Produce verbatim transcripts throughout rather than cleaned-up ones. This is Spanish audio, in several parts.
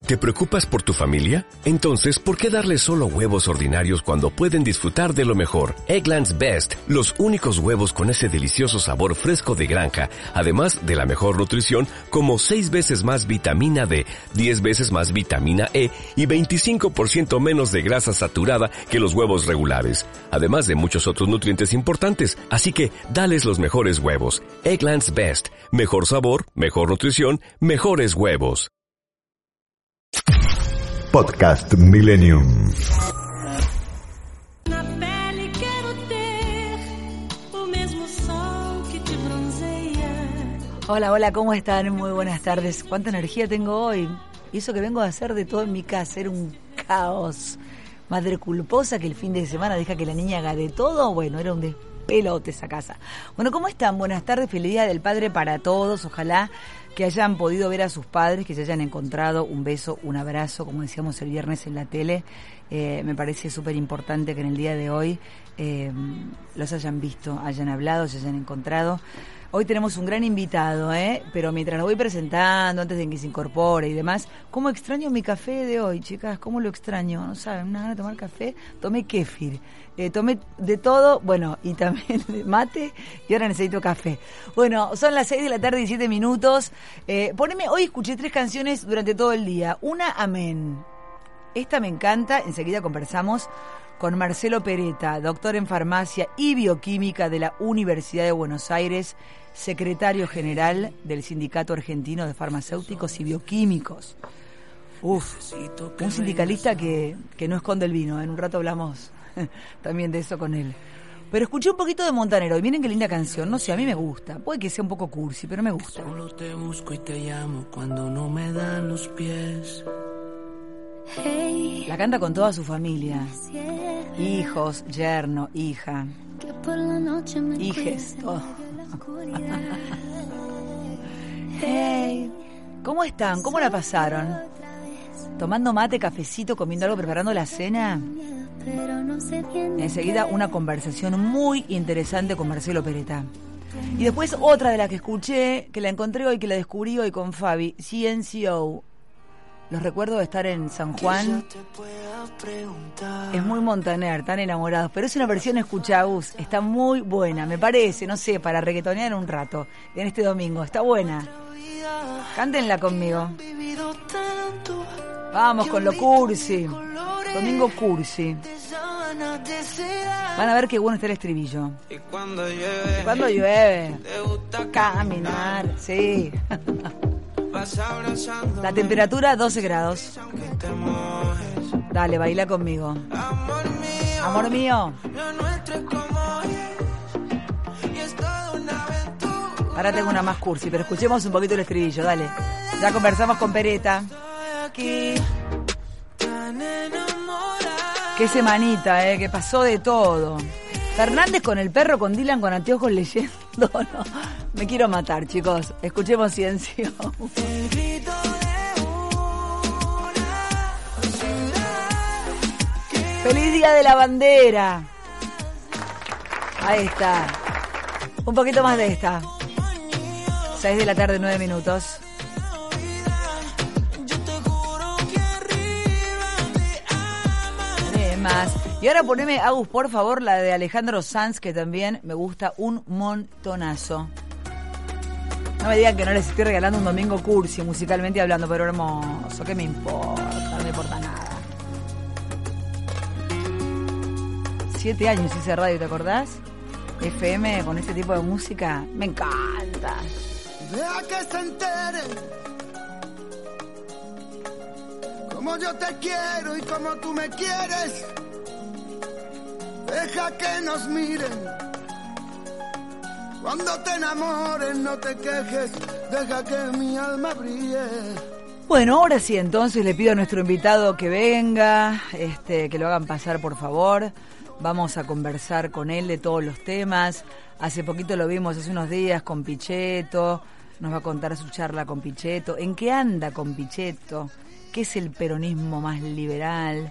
¿Te preocupas por tu familia? Entonces, ¿por qué darles solo huevos ordinarios cuando pueden disfrutar de lo mejor? Eggland's Best, los únicos huevos con ese delicioso sabor fresco de granja, además de la mejor nutrición, como seis veces más vitamina D, diez veces más vitamina E y veinticinco por ciento menos de grasa saturada que los huevos regulares, además de muchos otros nutrientes importantes. Así que, dales los mejores huevos. Eggland's Best, mejor sabor, mejor nutrición, mejores huevos. Podcast Millennium. Hola, hola, ¿cómo están? Muy buenas tardes. ¿Cuánta energía tengo hoy? Y eso que vengo a hacer de todo en mi casa, era un caos. Madre culposa que el fin de semana deja que la niña haga de todo. Bueno, era un despelote esa casa. Bueno, ¿cómo están? Buenas tardes, feliz Día del Padre para todos. Ojalá que hayan podido ver a sus padres, que se hayan encontrado un beso, un abrazo, como decíamos el viernes en la tele. Eh, me parece súper importante que en el día de hoy eh, los hayan visto, hayan hablado, se hayan encontrado. Hoy tenemos un gran invitado, ¿eh? Pero mientras lo voy presentando, antes de que se incorpore y demás, ¿cómo extraño mi café de hoy, chicas? ¿Cómo lo extraño? ¿No saben? ¿Una gana de tomar café? Tomé kéfir, eh, tomé de todo, bueno, y también mate, y ahora necesito café. Bueno, son las seis de la tarde, diecisiete minutos. Eh, poneme, hoy escuché tres canciones durante todo el día. Una, Amén. Esta me encanta, enseguida conversamos con Marcelo Peretta, doctor en farmacia y bioquímica de la Universidad de Buenos Aires, secretario general del Sindicato Argentino de Farmacéuticos y Bioquímicos. Uf, un sindicalista que, que no esconde el vino. En un rato hablamos también de eso con él. Pero escuché un poquito de Montanero y miren qué linda canción. No sé, a mí me gusta. Puede que sea un poco cursi, pero me gusta. Solo te busco y te llamo cuando no me dan los pies. La canta con toda su familia. Hijos, yerno, hija, hijes, todo. Hey, ¿cómo están? ¿Cómo la pasaron? ¿Tomando mate, cafecito, comiendo algo, preparando la cena? Enseguida una conversación muy interesante con Marcelo Peretta. Y después otra de las que escuché, que la encontré hoy, que la descubrí hoy con Fabi, C N C O. Los recuerdo de estar en San Juan. Es muy Montaner, tan enamorados. Pero es una versión escuchabús. Está muy buena, me parece, no sé, para reggaetonear un rato en este domingo. Está buena. Cántenla conmigo. Vamos con lo cursi. Domingo cursi. Van a ver qué bueno está el estribillo. Y cuando llueve, ¿Y cuando llueve? te gusta Caminar, sí. La temperatura doce grados. Dale, baila conmigo. amor mío, Amor mío. lo nuestro es como es, y es toda una aventura. Ahora tengo una más cursi, pero escuchemos un poquito el estribillo, dale. Ya conversamos con Peretta. Aquí, tan enamorada. Qué semanita, eh, que pasó de todo. Fernández con el perro, con Dylan con anteojos leyendo. No, me quiero matar, chicos. Escuchemos Ciencio. El grito de una ciudad que ¡Feliz Día de la Bandera! Ahí está. Un poquito más de esta. seis de la tarde, nueve minutos. yo te juro que arriba te amaré. Más. Y ahora poneme, Agus, por favor, la de Alejandro Sanz, que también me gusta un montonazo. No me digan que no les estoy regalando un domingo cursi, musicalmente hablando, pero hermoso. ¿Qué me importa? No me importa nada. Siete años hice radio, ¿te acordás? F M con este tipo de música. Me encanta. Deja que se enteren como yo te quiero y como tú me quieres. Deja que nos miren. Cuando te enamores no te quejes. Deja que mi alma brille. Bueno, ahora sí, entonces le pido a nuestro invitado que venga, este, que lo hagan pasar, por favor. Vamos a conversar con él de todos los temas. Hace poquito lo vimos, hace unos días, con Pichetto. Nos va a contar su charla con Pichetto. ¿En qué anda con Pichetto? ¿Qué es el peronismo más liberal?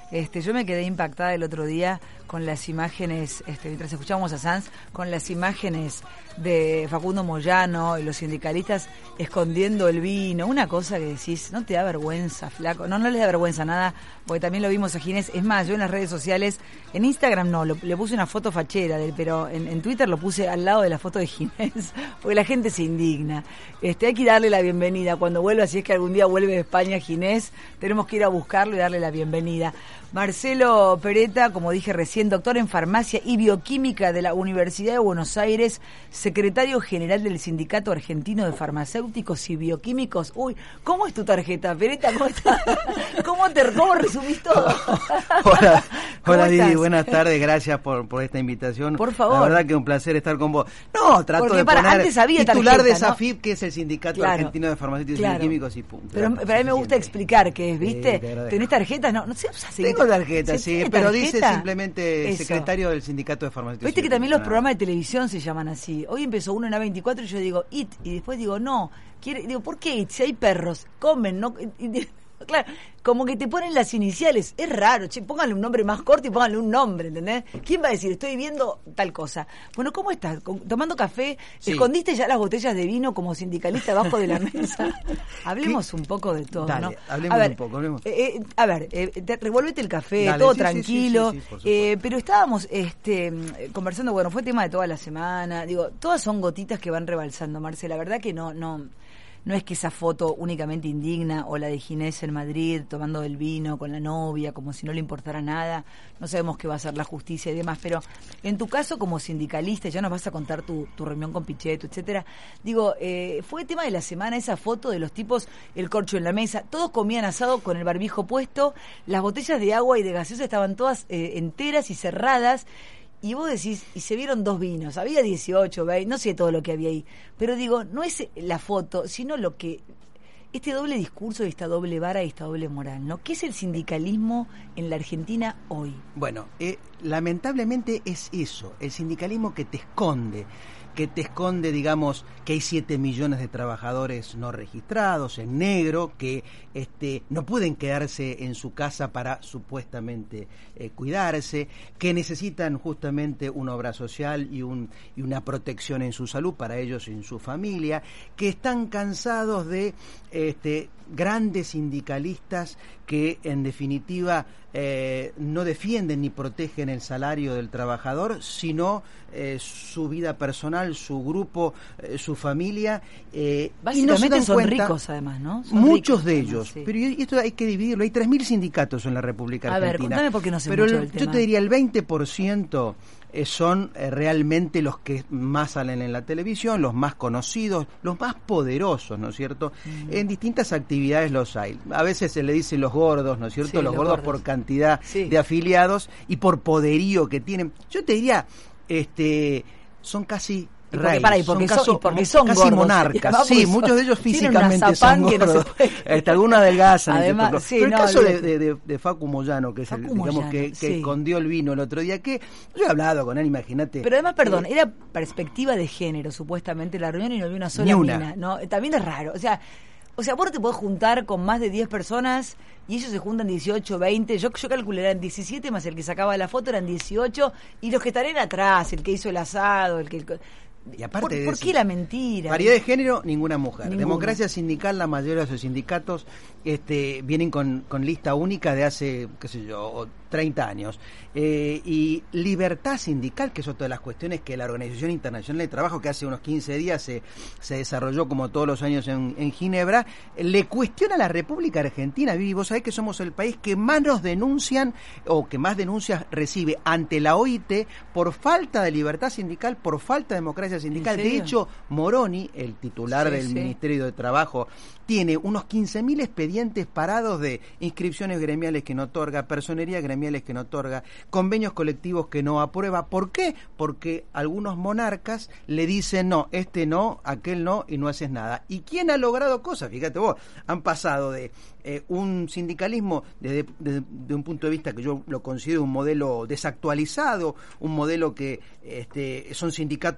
Este, yo me quedé impactada el otro día con las imágenes, este, mientras escuchábamos a Sanz, con las imágenes de Facundo Moyano y los sindicalistas escondiendo el vino, una cosa que decís, no te da vergüenza, flaco, no, no les da vergüenza nada, porque también lo vimos a Ginés, es más, yo en las redes sociales, en Instagram no, lo, le puse una foto fachera, de él, pero en, en Twitter lo puse al lado de la foto de Ginés, porque la gente se indigna. Este, hay que darle la bienvenida cuando vuelva, si es que algún día vuelve de España Ginés, tenemos que ir a buscarlo y darle la bienvenida. Marcelo Peretta, como dije recién, doctor en farmacia y bioquímica de la Universidad de Buenos Aires, secretario general del Sindicato Argentino de Farmacéuticos y Bioquímicos. Uy, ¿cómo es tu tarjeta, Peretta? ¿Cómo estás? ¿Cómo te cómo resumís todo? Hola, hola Didi, estás? buenas tardes, gracias por, por esta invitación. Por favor. La verdad que un placer estar con vos. No, trato Porque de para, poner antes había titular tarjeta, de esa ¿no? F I B, que es el Sindicato Claro, Argentino de Farmacéuticos claro. y Bioquímicos, y punto. Pero, pero a mí me gusta explicar qué es, ¿viste? Sí, te agradezco. ¿Tenés tarjetas? No, no sé, usás Tengo tarjeta, ¿Se sí, tiene pero tarjeta? dice simplemente Eso. secretario del Sindicato de Farmacéuticos. Viste y que también los Bioquímicos, programas de televisión se llaman así. Hoy empezó uno en A veinticuatro y yo digo it, y después digo no. Quiere, digo, ¿por qué it? Si hay perros, comen, ¿no? Y- y- claro, como que te ponen las iniciales. Es raro, che, pónganle un nombre más corto y pónganle un nombre, ¿entendés? ¿Quién va a decir, estoy viendo tal cosa? Bueno, ¿cómo estás? Con- ¿Tomando café? Sí. ¿Escondiste ya las botellas de vino como sindicalista abajo de la mesa? Hablemos un poco de todo, Dale, ¿no? hablemos a ver, un poco, hablemos. eh, eh, a ver, eh, te- revolvete el café, Dale, todo sí, sí, sí, tranquilo. sí, sí, por supuesto. eh, pero estábamos este, conversando, bueno, fue tema de toda la semana. Digo, todas son gotitas que van rebalsando, Marce. La verdad que no, no, no es que esa foto únicamente indigna, o la de Ginés en Madrid tomando el vino con la novia, como si no le importara nada. No sabemos qué va a hacer la justicia y demás, pero en tu caso como sindicalista, ya nos vas a contar tu, tu reunión con Pichetto, etcétera. Digo, eh, fue tema de la semana esa foto de los tipos, el corcho en la mesa, todos comían asado con el barbijo puesto, las botellas de agua y de gaseosa estaban todas eh, enteras y cerradas. Y vos decís, y se vieron dos vinos, había dieciocho, veinte, no sé todo lo que había ahí, pero digo, no es la foto, sino lo que, este doble discurso y esta doble vara y esta doble moral, ¿no? ¿Qué es el sindicalismo en la Argentina hoy? Bueno, eh, lamentablemente es eso, el sindicalismo que te esconde, que te esconde, digamos, que hay siete millones de trabajadores no registrados, en negro, que este, no pueden quedarse en su casa para supuestamente eh, cuidarse, que necesitan justamente una obra social y, un, y una protección en su salud para ellos y en su familia, que están cansados de este, grandes sindicalistas que en definitiva eh, no defienden ni protegen el salario del trabajador, sino eh, su vida personal, su grupo, eh, su familia. Eh, y no se Básicamente dan son cuenta, ricos además, ¿no? Son muchos ricos, de además, ellos, sí. pero y esto hay que dividirlo, hay tres mil sindicatos en la República A ver, Argentina. contame por qué no sé pero mucho el- del yo tema. te diría el veinte por ciento eh, son eh, realmente los que más salen en la televisión, los más conocidos, los más poderosos, ¿no es cierto? Mm. En distintas actividades los hay. A veces se le dice los gordos, ¿no es cierto? Sí, los, los gordos, gordos. por cantidad Sí. de afiliados y por poderío que tienen. Yo te diría, este, son casi Y porque, reyes, pará, y porque son- caso- y porque son casi gordos. monarcas. Además, Sí, porque son- muchos de ellos tienen físicamente una son zapán que no se gordos. puede- Este, algunos adelgazan. Además, etcétera. sí, Pero el no, caso de, olvídate. de, de, de Facu Moyano, que es el, Facu digamos, Moyano, que, que sí. escondió el vino el otro día, que yo he hablado con él, imagínate. Pero además, perdón, Eh, era perspectiva de género, supuestamente, la reunión, y no había una sola Ni una. mina, ¿no? También es raro, o sea, o sea, vos no te podés juntar con más de diez personas y ellos se juntan dieciocho, veinte, yo, yo calculé eran diecisiete, más el que sacaba la foto eran dieciocho, y los que estarían atrás, el que hizo el asado, el que... Y aparte ¿Por, de por eso, qué la mentira? Paridad de género, ninguna mujer. Ninguna. Democracia sindical, la mayoría de los sindicatos este, vienen con, con lista única de hace, qué sé yo, treinta años. Eh, y libertad sindical, que es otra de las cuestiones que la Organización Internacional de Trabajo, que hace unos quince días se, se desarrolló como todos los años en, en Ginebra, le cuestiona a la República Argentina. Vivi, vos sabés que somos el país que más nos denuncian o que más denuncias recibe ante la O I T por falta de libertad sindical, por falta de democracia sindical. ¿En De serio? hecho, Moroni, el titular Sí, del sí. Ministerio de Trabajo, tiene unos quince mil expedientes parados de inscripciones gremiales que no otorga, personería gremiales que no otorga, convenios colectivos que no aprueba. ¿Por qué? Porque algunos monarcas le dicen no, este no, aquel no, y no haces nada. ¿Y quién ha logrado cosas? Fíjate vos, han pasado de eh, un sindicalismo desde, desde, desde un punto de vista que yo lo considero un modelo desactualizado, un modelo que este, son sindicatos fuertes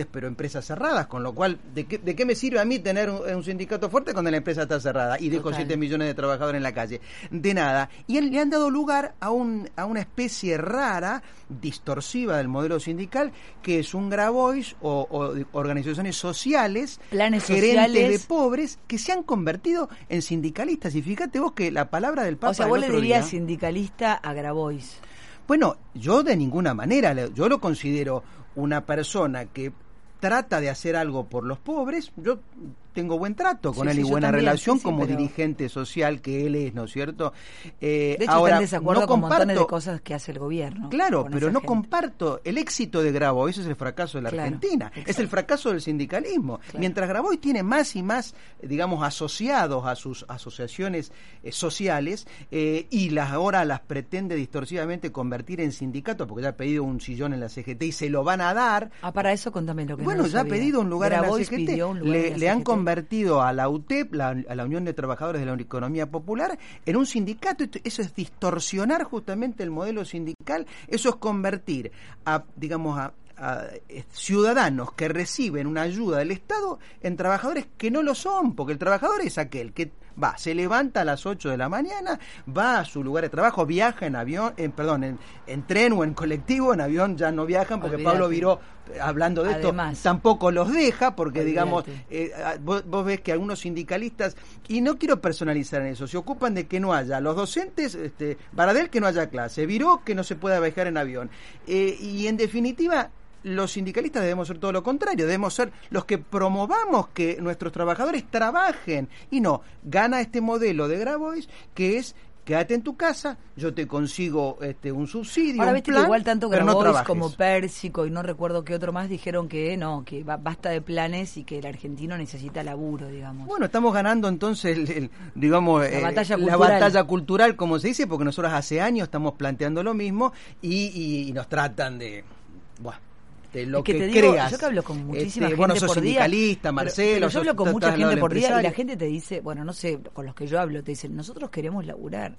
fuertes, pero empresas cerradas, con lo cual, ¿de qué, de qué me sirve a mí tener un, un sindicato fuerte cuando la empresa está cerrada y dejo siete millones de trabajadores en la calle? De nada. Y le han dado lugar a, un, a una especie rara, distorsiva del modelo sindical, que es un Grabois o, o organizaciones sociales, planes gerentes sociales de pobres, que se han convertido en sindicalistas. Y fíjate vos que la palabra del Papa... O sea, vos el le otro dirías día, sindicalista a Grabois. Bueno, yo de ninguna manera, yo lo considero una persona que trata de hacer algo por los pobres. Yo tengo buen trato con sí, él sí, y buena también, relación sí, sí, como pero... dirigente social que él es, ¿no es cierto? Eh, de hecho, ahora, está en desacuerdo no con comparto, montones de cosas que hace el gobierno. Claro, pero no gente. comparto el éxito de Grabois, ese es el fracaso de la claro, Argentina, exacto. es el fracaso del sindicalismo. Claro. Mientras Grabois tiene más y más, digamos, asociados a sus asociaciones eh, sociales eh, y las ahora las pretende distorsivamente convertir en sindicatos, porque ya ha pedido un sillón en la C G T y se lo van a dar. Ah, para eso contame lo que Bueno, no ya ha pedido un lugar Grabois en la C G T. pidió un lugar Le, en la le han C G T. convertido a la U T E P, la, a la Unión de Trabajadores de la Economía Popular, en un sindicato. Eso es distorsionar justamente el modelo sindical. Eso es convertir a, digamos, a, a ciudadanos que reciben una ayuda del Estado en trabajadores que no lo son, porque el trabajador es aquel que va, se levanta a las ocho de la mañana, va a su lugar de trabajo, viaja en avión, en, perdón, en, en tren o en colectivo. En avión ya no viajan, porque Olvídate. Pablo Viró, hablando de Además, esto, tampoco los deja, porque olvídate. digamos, eh, vos, vos ves que algunos sindicalistas, y no quiero personalizar en eso, se ocupan de que no haya los docentes, este, Baradel, que no haya clase, Viró, que no se pueda viajar en avión, eh, y en definitiva los sindicalistas debemos ser todo lo contrario, debemos ser los que promovamos que nuestros trabajadores trabajen, y no, gana este modelo de Grabois, que es: quédate en tu casa, yo te consigo este un subsidio. Ahora un viste plan, que igual tanto pero no Grabois trabajes. como Pérsico y no recuerdo qué otro más dijeron que no, que ba- basta de planes y que el argentino necesita laburo, digamos. Bueno, estamos ganando entonces, el, el, digamos, La eh, batalla la cultural. batalla cultural, como se dice, porque nosotros hace años estamos planteando lo mismo y, y, y nos tratan de... Buah, de lo Es que que, te digo, creas. yo que hablo con muchísima Este, gente bueno, sos por día, sindicalista, pero- Marcelo. pero yo hablo sos- con estás mucha al lado gente del por día y la empresario. gente te dice, bueno, no sé, con los que yo hablo, te dicen, nosotros queremos laburar.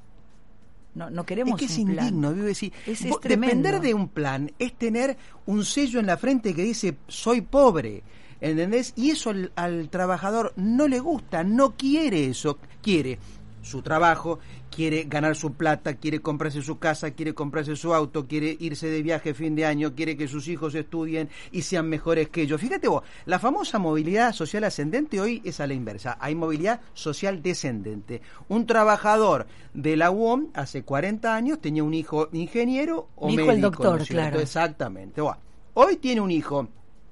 No, no queremos Es que es un plan. indigno, vive decir, Es, es vos- tremendo. depender de un plan es tener un sello en la frente que dice soy pobre, ¿entendés? Y eso al, al trabajador no le gusta, no quiere eso, quiere su trabajo, quiere ganar su plata, quiere comprarse su casa, quiere comprarse su auto, quiere irse de viaje fin de año, quiere que sus hijos estudien y sean mejores que ellos. Fíjate vos, la famosa movilidad social ascendente hoy es a la inversa, hay movilidad social descendente. Un trabajador de la U O M hace cuarenta años tenía un hijo ingeniero o Mi hijo médico. el doctor, ¿no es cierto? claro. Exactamente. Bueno, hoy tiene un hijo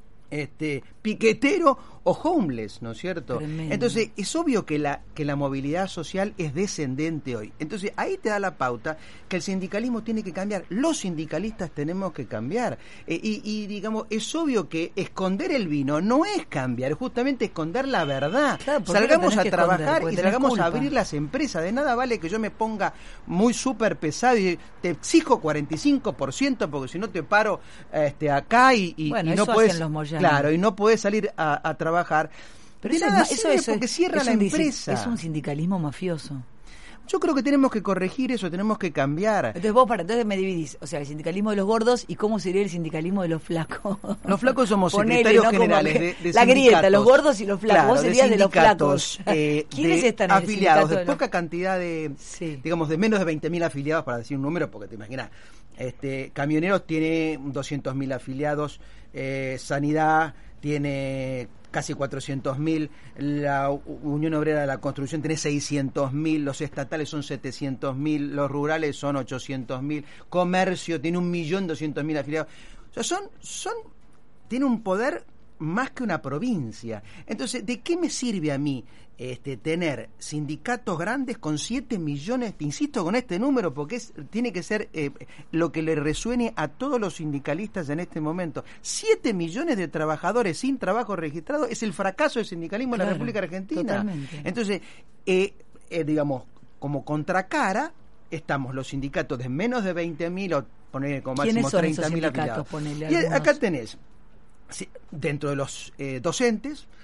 este piquetero o homeless, ¿no es cierto? Tremendo. Entonces es obvio que la que la movilidad social es descendente hoy. Entonces ahí te da la pauta que el sindicalismo tiene que cambiar, los sindicalistas tenemos que cambiar. Eh, y, y digamos, es obvio que esconder el vino no es cambiar, es justamente esconder la verdad. Claro, ¿por qué lo salgamos tenés a que esconder? trabajar Porque y tenés salgamos culpa. a abrir las empresas. De nada vale que yo me ponga muy súper pesado y te exijo cuarenta y cinco por ciento porque si no te paro este acá y, y, Bueno, y no eso puedes, hacen los Moyano. claro, y no puedes salir a, a trabajar. Pero De eso, nada es, eso sirve es, porque cierra es la un disi- empresa. Es un sindicalismo mafioso. Yo creo que tenemos que corregir eso, tenemos que cambiar. Entonces vos, para entonces me dividís, o sea, el sindicalismo de los gordos y cómo sería el sindicalismo de los flacos. Los flacos somos Ponele, secretarios ¿no? Como generales que de, de la grieta, sindicatos. los gordos y los flacos. Claro, Vos serías de, los sindicatos, flacos. eh, ¿Quiénes de están en el afiliados, sindicato de de los- poca cantidad de, Sí. digamos, de menos de veinte mil afiliados, para decir un número, porque te imaginas, este, Camioneros tiene doscientos mil afiliados, eh, Sanidad tiene casi cuatrocientos mil, la U- Unión Obrera de la Construcción tiene seiscientos mil, los estatales son setecientos mil, los rurales son ochocientos mil, Comercio tiene un millón doscientos mil afiliados. O sea, son, son, tiene un poder más que una provincia. Entonces, ¿de qué me sirve a mí este, tener sindicatos grandes con siete millones? Te insisto con este número porque es, tiene que ser eh, lo que le resuene a todos los sindicalistas en este momento. siete millones de trabajadores sin trabajo registrado es el fracaso del sindicalismo Claro, en la República Argentina. totalmente. Entonces, eh, eh, digamos, como contracara, estamos los sindicatos de menos de veinte mil o poner como ¿Quiénes máximo son treinta esos mil sindicatos? afiliados. Ponele Y algunos. acá tenés, sí, dentro de los eh, docentes,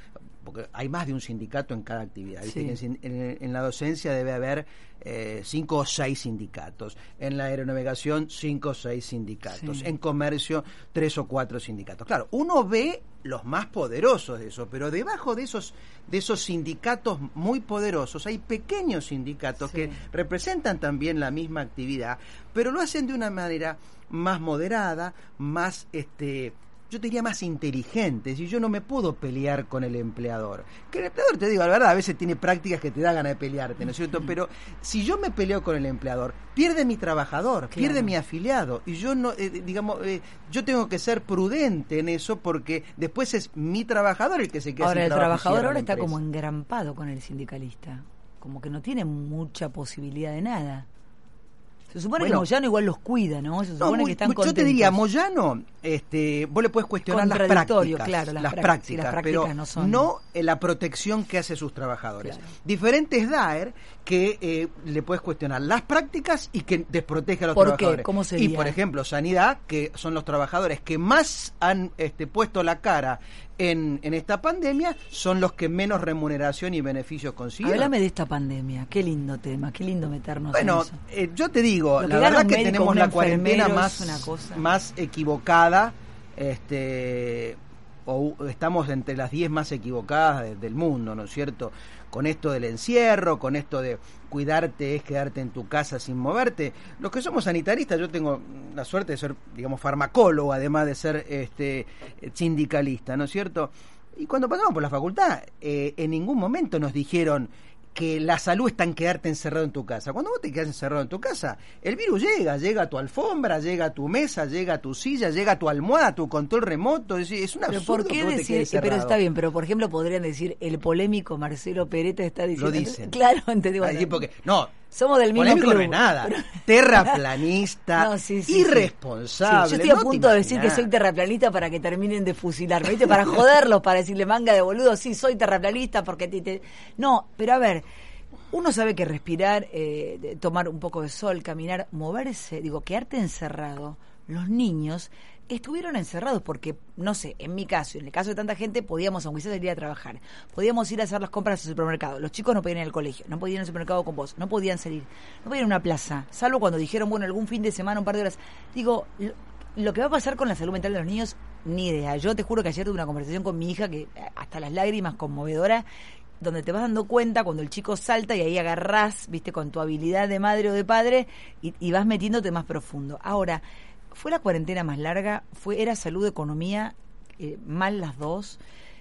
porque hay más de un sindicato en cada actividad. ¿Viste? Sí. En, en, en la docencia debe haber eh, cinco o seis sindicatos, en la aeronavegación cinco o seis sindicatos, Sí. en comercio tres o cuatro sindicatos. Claro, uno ve los más poderosos de eso, pero debajo de esos de esos sindicatos muy poderosos hay pequeños sindicatos Sí. que representan también la misma actividad, pero lo hacen de una manera más moderada, más este yo te diría más inteligente. Si yo no me puedo pelear con el empleador, que el empleador, te digo la verdad, a veces tiene prácticas que te da ganas de pelearte, ¿no es cierto? Pero si yo me peleo con el empleador, pierde mi trabajador, Claro. pierde mi afiliado, y yo no, eh, digamos, eh, yo tengo que ser prudente en eso, porque después es mi trabajador el que se queda Ahora, sin el trabajo y trabajador cierra ahora la está empresa. como engrampado con el sindicalista, como que no tiene mucha posibilidad de nada. Se supone Bueno. que Moyano igual los cuida, ¿no? Se No, supone muy- que están muy- yo contentos. te diría, Moyano, este, vos le puedes cuestionar las Contradictorio, prácticas, claro, las las prac- prácticas, sí, las prácticas pero no son- no eh, la protección que hace sus trabajadores. Claro. Diferente es Daer, que eh, le puedes cuestionar las prácticas y que desprotege a los ¿Por qué? trabajadores. ¿Cómo sería? Y, por ejemplo, Sanidad, que son los trabajadores que más han este, puesto la cara en, en esta pandemia, son los que menos remuneración y beneficios consiguieron. Háblame de esta pandemia, qué lindo tema, qué lindo meternos Bueno, en eso. eh, yo te digo, Lo que la gana verdad un que médico, tenemos un la cuarentena enfermero más, es una cosa. más equivocada, este, o u- estamos entre las diez más equivocadas de- del mundo, ¿no es cierto? Con esto del encierro, con esto de cuidarte es quedarte en tu casa sin moverte. Los que somos sanitaristas, yo tengo la suerte de ser, digamos, farmacólogo, además de ser este sindicalista, ¿no es cierto? Y cuando pasamos por la facultad, eh, en ningún momento nos dijeron que la salud está en quedarte encerrado en tu casa. Cuando vos te quedas encerrado en tu casa, el virus llega, llega a tu alfombra, llega a tu mesa, llega a tu silla, llega a tu almohada, a tu control remoto. Es, es un Pero absurdo ¿por qué que vos te decir? quedes eh, Pero encerrado. está bien, pero por ejemplo podrían decir el polémico Marcelo Peretta está diciendo. Lo dicen. Claro, entendí. Ahí, Bueno, porque, no, somos del mismo polémico club. no es nada. Pero- Terraplanista, No, sí, sí, sí. irresponsable. Sí, yo estoy a no te punto de decir que imaginás. soy terraplanista para que terminen de fusilarme, ¿viste? Para joderlos, para decirle manga de boludo, sí, soy terraplanista porque te, te... No, pero a ver, uno sabe que respirar, eh, de- tomar un poco de sol, caminar, moverse, digo, quedarte encerrado, los niños estuvieron encerrados porque, no sé, en mi caso, en el caso de tanta gente, podíamos, aunque sea salir a trabajar, podíamos ir a hacer las compras al supermercado, los chicos no podían ir al colegio, no podían ir al supermercado con vos, no podían salir, no podían ir a una plaza, salvo cuando dijeron, bueno, algún fin de semana, un par de horas. Digo, lo, lo que va a pasar con la salud mental de los niños, ni idea. Yo te juro que ayer tuve una conversación con mi hija que eh, hasta las lágrimas, conmovedora, donde te vas dando cuenta cuando el chico salta y ahí agarrás, viste, con tu habilidad de madre o de padre y, y vas metiéndote más profundo. Ahora, fue la cuarentena más larga, fue era salud, economía, eh, mal las dos.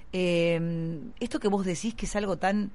Eh, esto que vos decís que es algo tan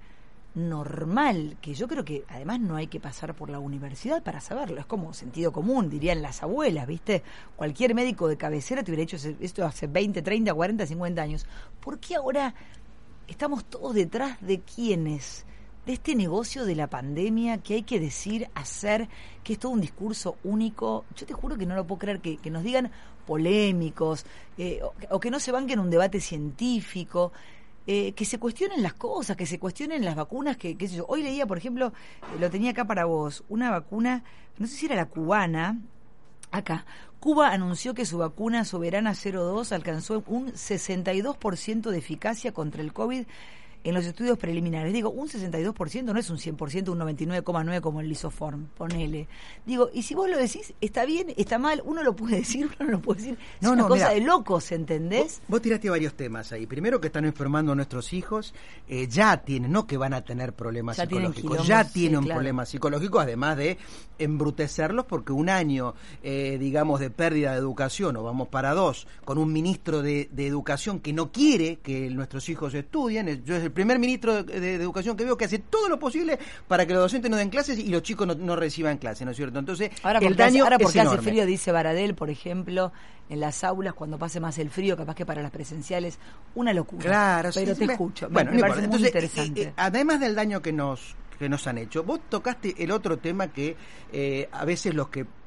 normal, que yo creo que además no hay que pasar por la universidad para saberlo, es como sentido común, dirían las abuelas, ¿viste? Cualquier médico de cabecera te hubiera hecho esto hace veinte, treinta, cuarenta, cincuenta años. ¿Por qué ahora estamos todos detrás de quiénes? De este negocio de la pandemia que hay que decir, hacer, que es todo un discurso único. Yo te juro que no lo puedo creer, que, que nos digan polémicos, eh, o, o que no se banquen un debate científico, eh, que se cuestionen las cosas, que se cuestionen las vacunas, que qué sé yo. Hoy leía, por ejemplo, eh, lo tenía acá para vos, una vacuna, no sé si era la cubana, acá, Cuba anunció que su vacuna Soberana cero dos alcanzó un sesenta y dos por ciento de eficacia contra el COVID en los estudios preliminares. Digo, un sesenta y dos por ciento no es un cien por ciento, un noventa y nueve coma nueve como el Lisoform, ponele. Digo, y si vos lo decís, está bien, está mal, uno lo puede decir, uno no lo puede decir. Es No, una no, cosa mirá, de locos, ¿entendés? Vos, vos tiraste varios temas ahí. Primero, que están enfermando a nuestros hijos, eh, ya tienen, no que van a tener problemas Ya tienen psicológicos, quilombos, ya sí, tienen claro. problemas psicológicos, además de embrutecerlos, porque un año, eh, digamos, de pérdida de educación, o vamos para dos, con un ministro de, de educación que no quiere que nuestros hijos estudien. Yo es el primer ministro de, de, de educación que veo que hace todo lo posible para que los docentes no den clases y los chicos no, no reciban clases, ¿no es cierto? Entonces, Ahora el porque, hace, daño ahora es porque hace enorme. frío, dice Baradel, por ejemplo, en las aulas, cuando pase más el frío, capaz que para las presenciales, una locura. Claro, pero sí, te me- escucho. Me- Bueno, me, no parece importa. muy Entonces, interesante. eh, eh, además del daño que nos que nos han hecho, vos tocaste el otro tema que eh, a veces los que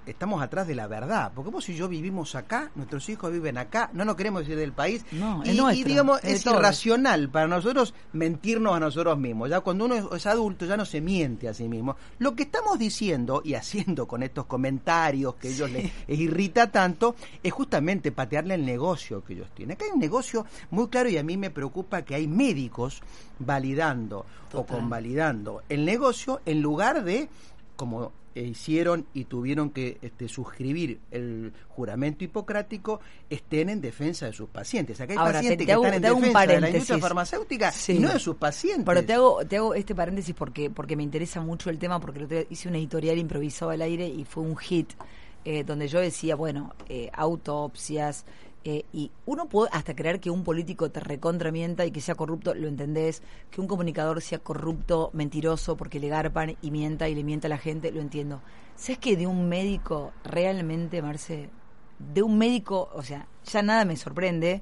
estamos atrás de la verdad, porque vos y yo vivimos acá, nuestros hijos viven acá, no nos queremos ir del país, No, y, es nuestro, y digamos, es de es todos. irracional para nosotros mentirnos a nosotros mismos. Ya cuando uno es, es adulto ya no se miente a sí mismo. Lo que estamos diciendo y haciendo con estos comentarios que ellos les, les irrita tanto, es justamente patearle el negocio que ellos tienen. Acá hay un negocio muy claro y a mí me preocupa que hay médicos validando Total. o convalidando el negocio en lugar de, como hicieron y tuvieron que este, suscribir el juramento hipocrático, estén en defensa de sus pacientes. Acá hay Ahora, pacientes te- te que hago- están en te hago un defensa de la paréntesis. industria farmacéutica Sí. y no de sus pacientes. Pero te hago, te hago este paréntesis porque, porque me interesa mucho el tema, porque el otro día hice una editorial improvisado al aire y fue un hit, eh, donde yo decía, bueno, eh, autopsias, eh, y uno puede hasta creer que un político te recontramienta y que sea corrupto, lo entendés, que un comunicador sea corrupto, mentiroso, porque le garpan y mienta y le mienta a la gente, lo entiendo. ¿Sabes que de un médico, realmente, Marce, de un médico, o sea, ya nada me sorprende,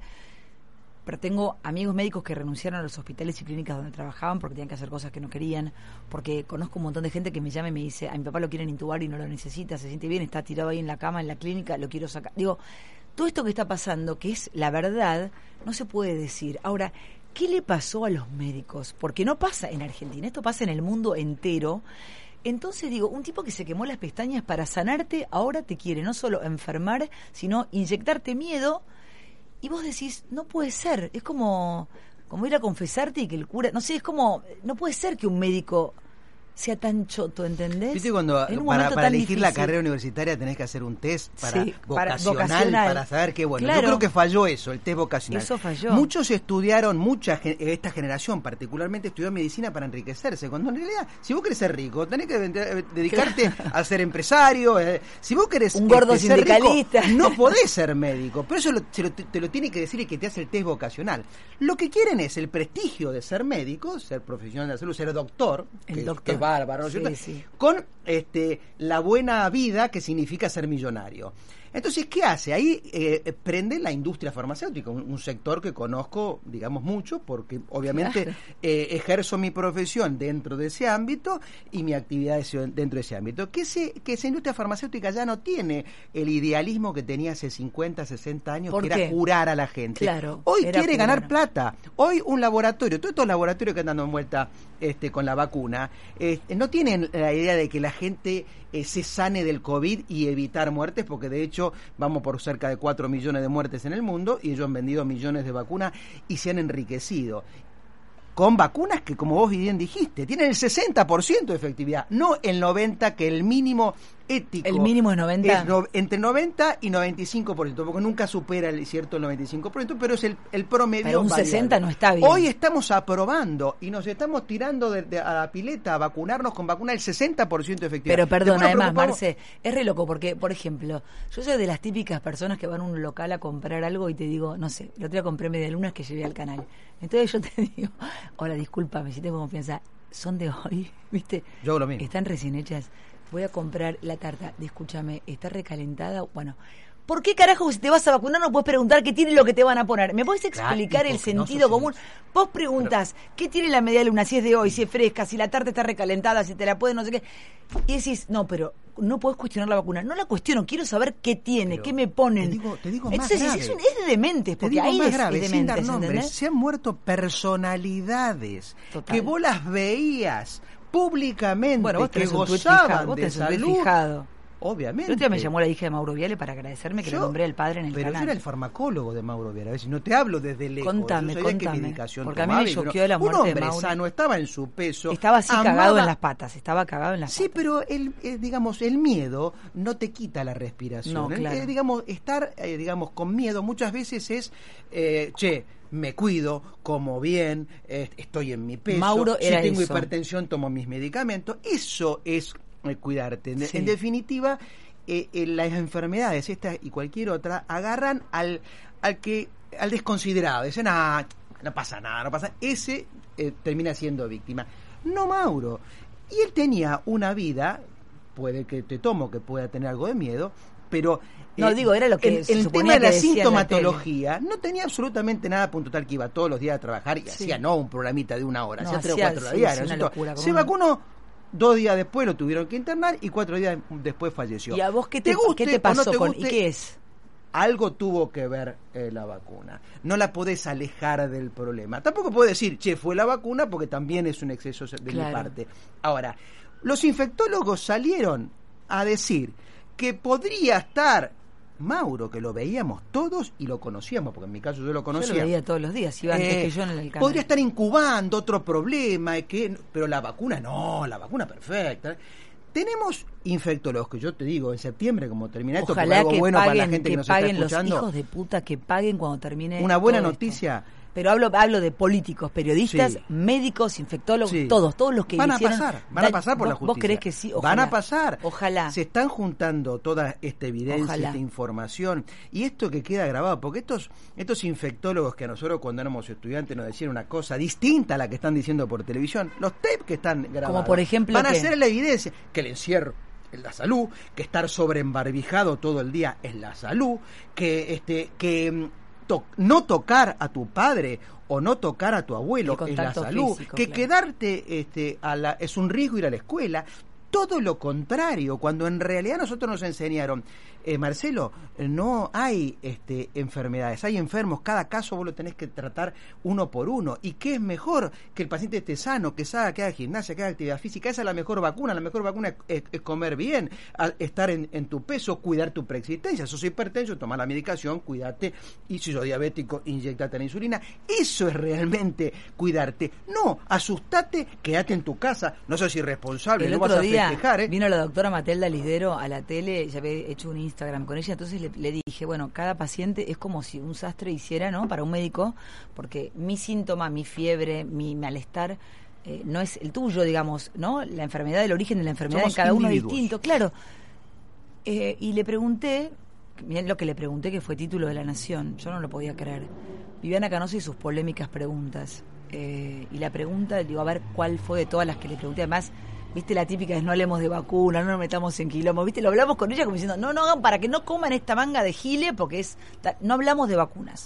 pero tengo amigos médicos que renunciaron a los hospitales y clínicas donde trabajaban porque tenían que hacer cosas que no querían, porque conozco un montón de gente que me llama y me dice, a mi papá lo quieren intubar y no lo necesita, se siente bien, está tirado ahí en la cama, en la clínica, lo quiero sacar. Digo, todo esto que está pasando, que es la verdad, no se puede decir. Ahora, ¿qué le pasó a los médicos? Porque no pasa en Argentina, esto pasa en el mundo entero. Entonces digo, un tipo que se quemó las pestañas para sanarte, ahora te quiere no solo enfermar, sino inyectarte miedo. Y vos decís, no puede ser, es como, como ir a confesarte y que el cura, no sé, es como, no puede ser que un médico sea tan choto, ¿entendés? ¿Viste cuando En un para, momento para tan elegir la difícil. carrera universitaria tenés que hacer un test para, Sí, para- vocacional, vocacional. para saber qué bueno? Claro. Yo creo que falló eso, el test vocacional. Eso falló. Muchos estudiaron, mucha gen- esta generación particularmente estudió medicina para enriquecerse, cuando en realidad, si vos querés ser rico, tenés que de- dedicarte a ser empresario. eh, si vos querés Un gordo este, ser rico, sindicalista. no podés ser médico, pero eso lo- se lo- te lo tiene que decir el que te hace el test vocacional. Lo que quieren es el prestigio de ser médico, ser profesional de la salud, ser doctor, El que, doctor. que es bárbaro, ¿no es Sí, cierto? sí. Con este la buena vida que significa ser millonario. Entonces, ¿qué hace? Ahí eh, prende la industria farmacéutica, un, un sector que conozco, digamos, mucho, porque obviamente Claro. eh, ejerzo mi profesión dentro de ese ámbito y mi actividad es dentro de ese ámbito. Que, ese, que esa industria farmacéutica ya no tiene el idealismo que tenía hace cincuenta, sesenta años, ¿Por que qué? era curar a la gente. Claro, Hoy era quiere curar. ganar plata. Hoy un laboratorio, todos estos laboratorios que andan dando vuelta este, con la vacuna, eh, no tienen la idea de que la gente eh, se sane del COVID y evitar muertes, porque de hecho vamos por cerca de cuatro millones de muertes en el mundo y ellos han vendido millones de vacunas y se han enriquecido con vacunas que, como vos bien dijiste, tienen el sesenta por ciento de efectividad, no el noventa por ciento, que el mínimo ético. ¿El mínimo es noventa? Es no- entre noventa y noventa y cinco por ciento, porque nunca supera el cierto el noventa y cinco por ciento, pero es el, el promedio. Pero un variable. sesenta no está bien. Hoy estamos aprobando y nos estamos tirando de, de- a la pileta a vacunarnos con vacuna del sesenta por ciento de efectividad. Pero perdón, Después nos además, preocupamos- Marce, es re loco porque, por ejemplo, yo soy de las típicas personas que van a un local a comprar algo y te digo, no sé, el otro día compré medialunas que llevé al canal. Entonces yo te digo, hola, discúlpame, si tengo confianza, son de hoy, ¿viste? Yo hago lo mismo. Están recién hechas. Voy a comprar la tarta, escúchame, ¿está recalentada? Bueno, ¿por qué carajo si te vas a vacunar no puedes preguntar qué tiene lo que te van a poner? ¿Me puedes Claro, explicar y el porque no sentido sos común? Vos preguntas, ¿qué tiene la media luna? Si es de hoy, si es fresca, si la tarta está recalentada, si te la puedes, no sé qué. Y decís, no, pero no podés cuestionar la vacuna. No la cuestiono, quiero saber qué tiene, Pero qué me ponen. te digo- te digo más Entonces, grave. es, un- es de dementes, Te porque digo ahí más es, grave, es sin dar dementes, nombres, ¿entendés? se han muerto personalidades Total. que vos las veías públicamente, Bueno, vos que tenés un tuit gozaban fijado, vos de tenés un tuit salud. fijado. Obviamente. El otro día me llamó la hija de Mauro Viale para agradecerme que Yo- le nombré al padre en el pero canal. yo era el farmacólogo de Mauro Viale. A ver, si no te hablo desde lejos. Contame, yo sabía qué contame, medicación porque a mí tomaba me y, pero choqueó la muerte un de hombre Mauro. sano, estaba en su peso. Estaba así amaba- cagado en las patas, estaba cagado en las Sí, patas. pero el, eh, digamos, el miedo no te quita la respiración. No, El- claro. eh, digamos, estar, eh, digamos, con miedo muchas veces es, eh, che, me cuido, como bien, eh, estoy en mi peso, Mauro si era tengo eso. hipertensión tomo mis medicamentos. Eso es eh, cuidarte. En, Sí. en definitiva, eh, eh, las enfermedades, esta y cualquier otra, agarran al, al que, al desconsiderado. Dicen, ah, no pasa nada, no pasa. Ese eh, termina siendo víctima. No Mauro. Y él tenía una vida, puede que te tomo que pueda tener algo de miedo, pero No, digo, era lo que el, se el suponía tema de que la decía en la sintomatología no tenía absolutamente nada, punto tal que iba todos los días a trabajar y Sí. hacía no un programita de una hora, No, hacía tres o hacía, cuatro sí, días. sí, una ¿no? locura, como Se un- vacunó dos días después lo tuvieron que internar y cuatro días después falleció. ¿Y a vos qué te, guste ¿qué te pasó o no te con guste, y qué es? Algo tuvo que ver eh, la vacuna. No la podés alejar del problema. Tampoco podés decir, che, fue la vacuna, porque también es un exceso de Claro. mi parte. Ahora, los infectólogos salieron a decir que podría estar Mauro, que lo veíamos todos y lo conocíamos, porque en mi caso yo lo conocía. Yo lo veía todos los días, iba antes Eh, que yo en el canal. podría estar incubando otro problema, eh, que, pero la vacuna no, la vacuna perfecta. Tenemos infectólogos, que yo te digo, en septiembre, como termina esto, porque Ojalá algo que bueno paguen, para la gente que, que nos está paguen los escuchando. hijos de puta, que paguen cuando termine. Una buena todo esto. noticia. Pero hablo hablo de políticos, periodistas, Sí. médicos, infectólogos, Sí. todos, todos los que van a hicieron- pasar, van a da- pasar por la ¿vos- justicia. ¿Vos creés que sí? Ojalá. Van a pasar. Ojalá. Se están juntando toda esta evidencia, Ojalá. esta información y esto que queda grabado, porque estos estos infectólogos que a nosotros cuando éramos estudiantes nos decían una cosa distinta a la que están diciendo por televisión, los tapes que están grabados, Como por ejemplo van a que- ser la evidencia que el encierro es la salud, que estar sobreembarbijado todo el día es la salud, que este que mm, to- no tocar a tu padre o no tocar a tu abuelo El es la contacto salud, físico, que claro. quedarte este a la es un riesgo ir a la escuela. Todo lo contrario, cuando en realidad nosotros nos enseñaron, eh, Marcelo, eh, no hay este, enfermedades, hay enfermos, cada caso vos lo tenés que tratar uno por uno. ¿Y qué es mejor? Que el paciente esté sano, que salga, que haga gimnasia, que haga actividad física. Esa es la mejor vacuna. La mejor vacuna es, es- es comer bien, a- estar en, en tu peso, cuidar tu preexistencia. Si sos hipertenso, tomar la medicación, cuídate. Y si sos diabético, inyectate la insulina. Eso es realmente cuidarte. No, asustate, quédate en tu casa. No sos irresponsable, El no otro vas a día festejar, ¿eh? vino la doctora Matelda Lisdero a la tele, ya había hecho un Instagram con ella, entonces le, le dije, bueno, cada paciente es como si un sastre hiciera, ¿no? Para un médico, porque mi síntoma, mi fiebre, mi malestar, eh, no es el tuyo, digamos, ¿no? La enfermedad, el origen de la enfermedad Somos en cada uno es individuos. distinto, claro. Eh, y le pregunté, miren lo que le pregunté, que fue título de La Nación, yo no lo podía creer. Viviana Canosa y sus polémicas preguntas. Eh, y la pregunta, digo, a ver cuál fue de todas las que le pregunté, además, viste la típica es no hablemos de vacunas, no nos metamos en quilombo, viste, lo hablamos con ella como diciendo, no, no hagan para que no coman esta manga de gile, porque es ta- no hablamos de vacunas.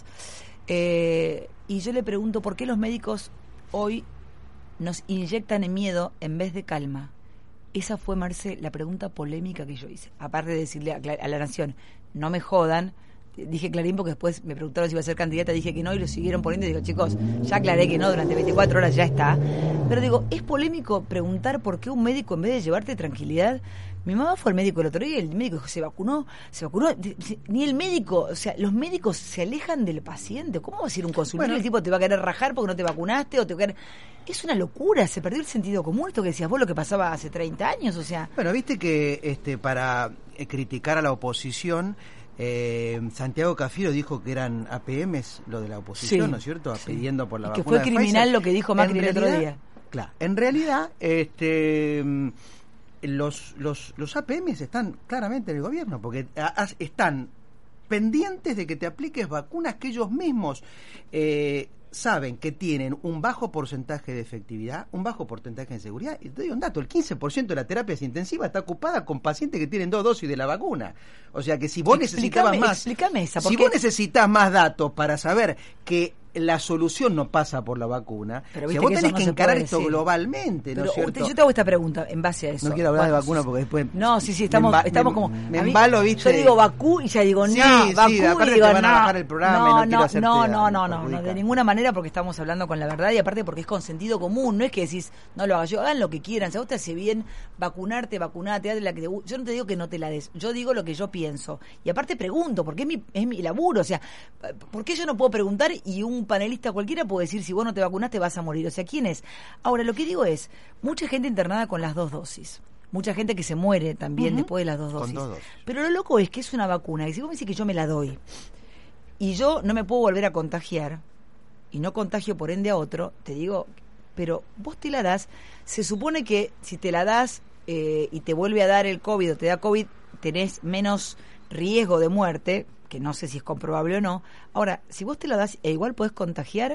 Eh, y yo le pregunto, ¿por qué los médicos hoy nos inyectan en miedo en vez de calma? Esa fue, Marce, la pregunta polémica que yo hice. Aparte de decirle a, Cla- a la Nación, no me jodan, dije Clarín porque después me preguntaron si iba a ser candidata, dije que no y lo siguieron poniendo y digo, chicos, ya aclaré que no, durante veinticuatro horas ya está. Pero digo, es polémico preguntar por qué un médico, en vez de llevarte tranquilidad, mi mamá fue al médico el otro día y el médico dijo, se vacunó, se vacunó, ni el médico, o sea, los médicos se alejan del paciente. ¿Cómo va a ir un consultorio? Bueno. El tipo te va a querer rajar porque no te vacunaste o te va a querer... Es una locura, se perdió el sentido común, esto que decías vos, lo que pasaba hace treinta años, o sea... Bueno, viste que este para eh, criticar a la oposición, eh, Santiago Cafiero dijo que eran A P Ms lo de la oposición, Sí, ¿no es cierto? sí. Pidiendo por la Y que vacuna fue de criminal Pfizer. lo que dijo Macri En el otro realidad- día. Claro, en realidad, este mm, los, los, los A P Ms están claramente en el gobierno, porque a- a- están pendientes de que te apliques vacunas que ellos mismos eh, saben que tienen un bajo porcentaje de efectividad, un bajo porcentaje de seguridad. Y te doy un dato, el quince por ciento de la terapia intensiva está ocupada con pacientes que tienen dos dosis de la vacuna. O sea que si vos necesitabas Explícame- más... explícame esa, si porque- vos necesitas más datos para saber que la solución no pasa por la vacuna, Pero o sea, viste vos que eso tenés no que se encarar puede esto decir. globalmente, ¿no Pero es cierto? usted- yo te hago esta pregunta en base a eso. No quiero hablar de Bueno, vacuna porque después... No, sí, sí, me estamos, emba- estamos me- como... me a mí- embalo, ¿viste? Yo digo Bakú y ya digo, Sí, no, sí, Bakú aparte y digo, te van a no. bajar el programa y no no, quiero no, hacerte no, no, daño, no, no, no, perjudicar. de ninguna manera porque estamos hablando con la verdad y aparte porque es con sentido común, no es que decís, no lo hagas yo, hagan lo que quieran, si a vos te hace bien vacunarte, vacunate, dale la que te gu- yo no te digo que no te la des, yo digo lo que yo pienso. Y aparte pregunto, porque es mi, es mi laburo, o sea, ¿por qué yo no puedo preguntar y un panelista cualquiera puede decir si vos no te vacunaste vas a morir? O sea, ¿quién es? Ahora, lo que digo es, mucha gente internada con las dos dosis. Mucha gente que se muere también Ujú. después de las dos Con dosis. dos dosis. Pero lo loco es que es una vacuna, y si vos me decís que yo me la doy, y yo no me puedo volver a contagiar, y no contagio por ende a otro, te digo, pero vos te la das, se supone que si te la das eh, y te vuelve a dar el COVID o te da COVID, tenés menos riesgo de muerte, que no sé si es comprobable o no. Ahora, si vos te la das e igual podés contagiar,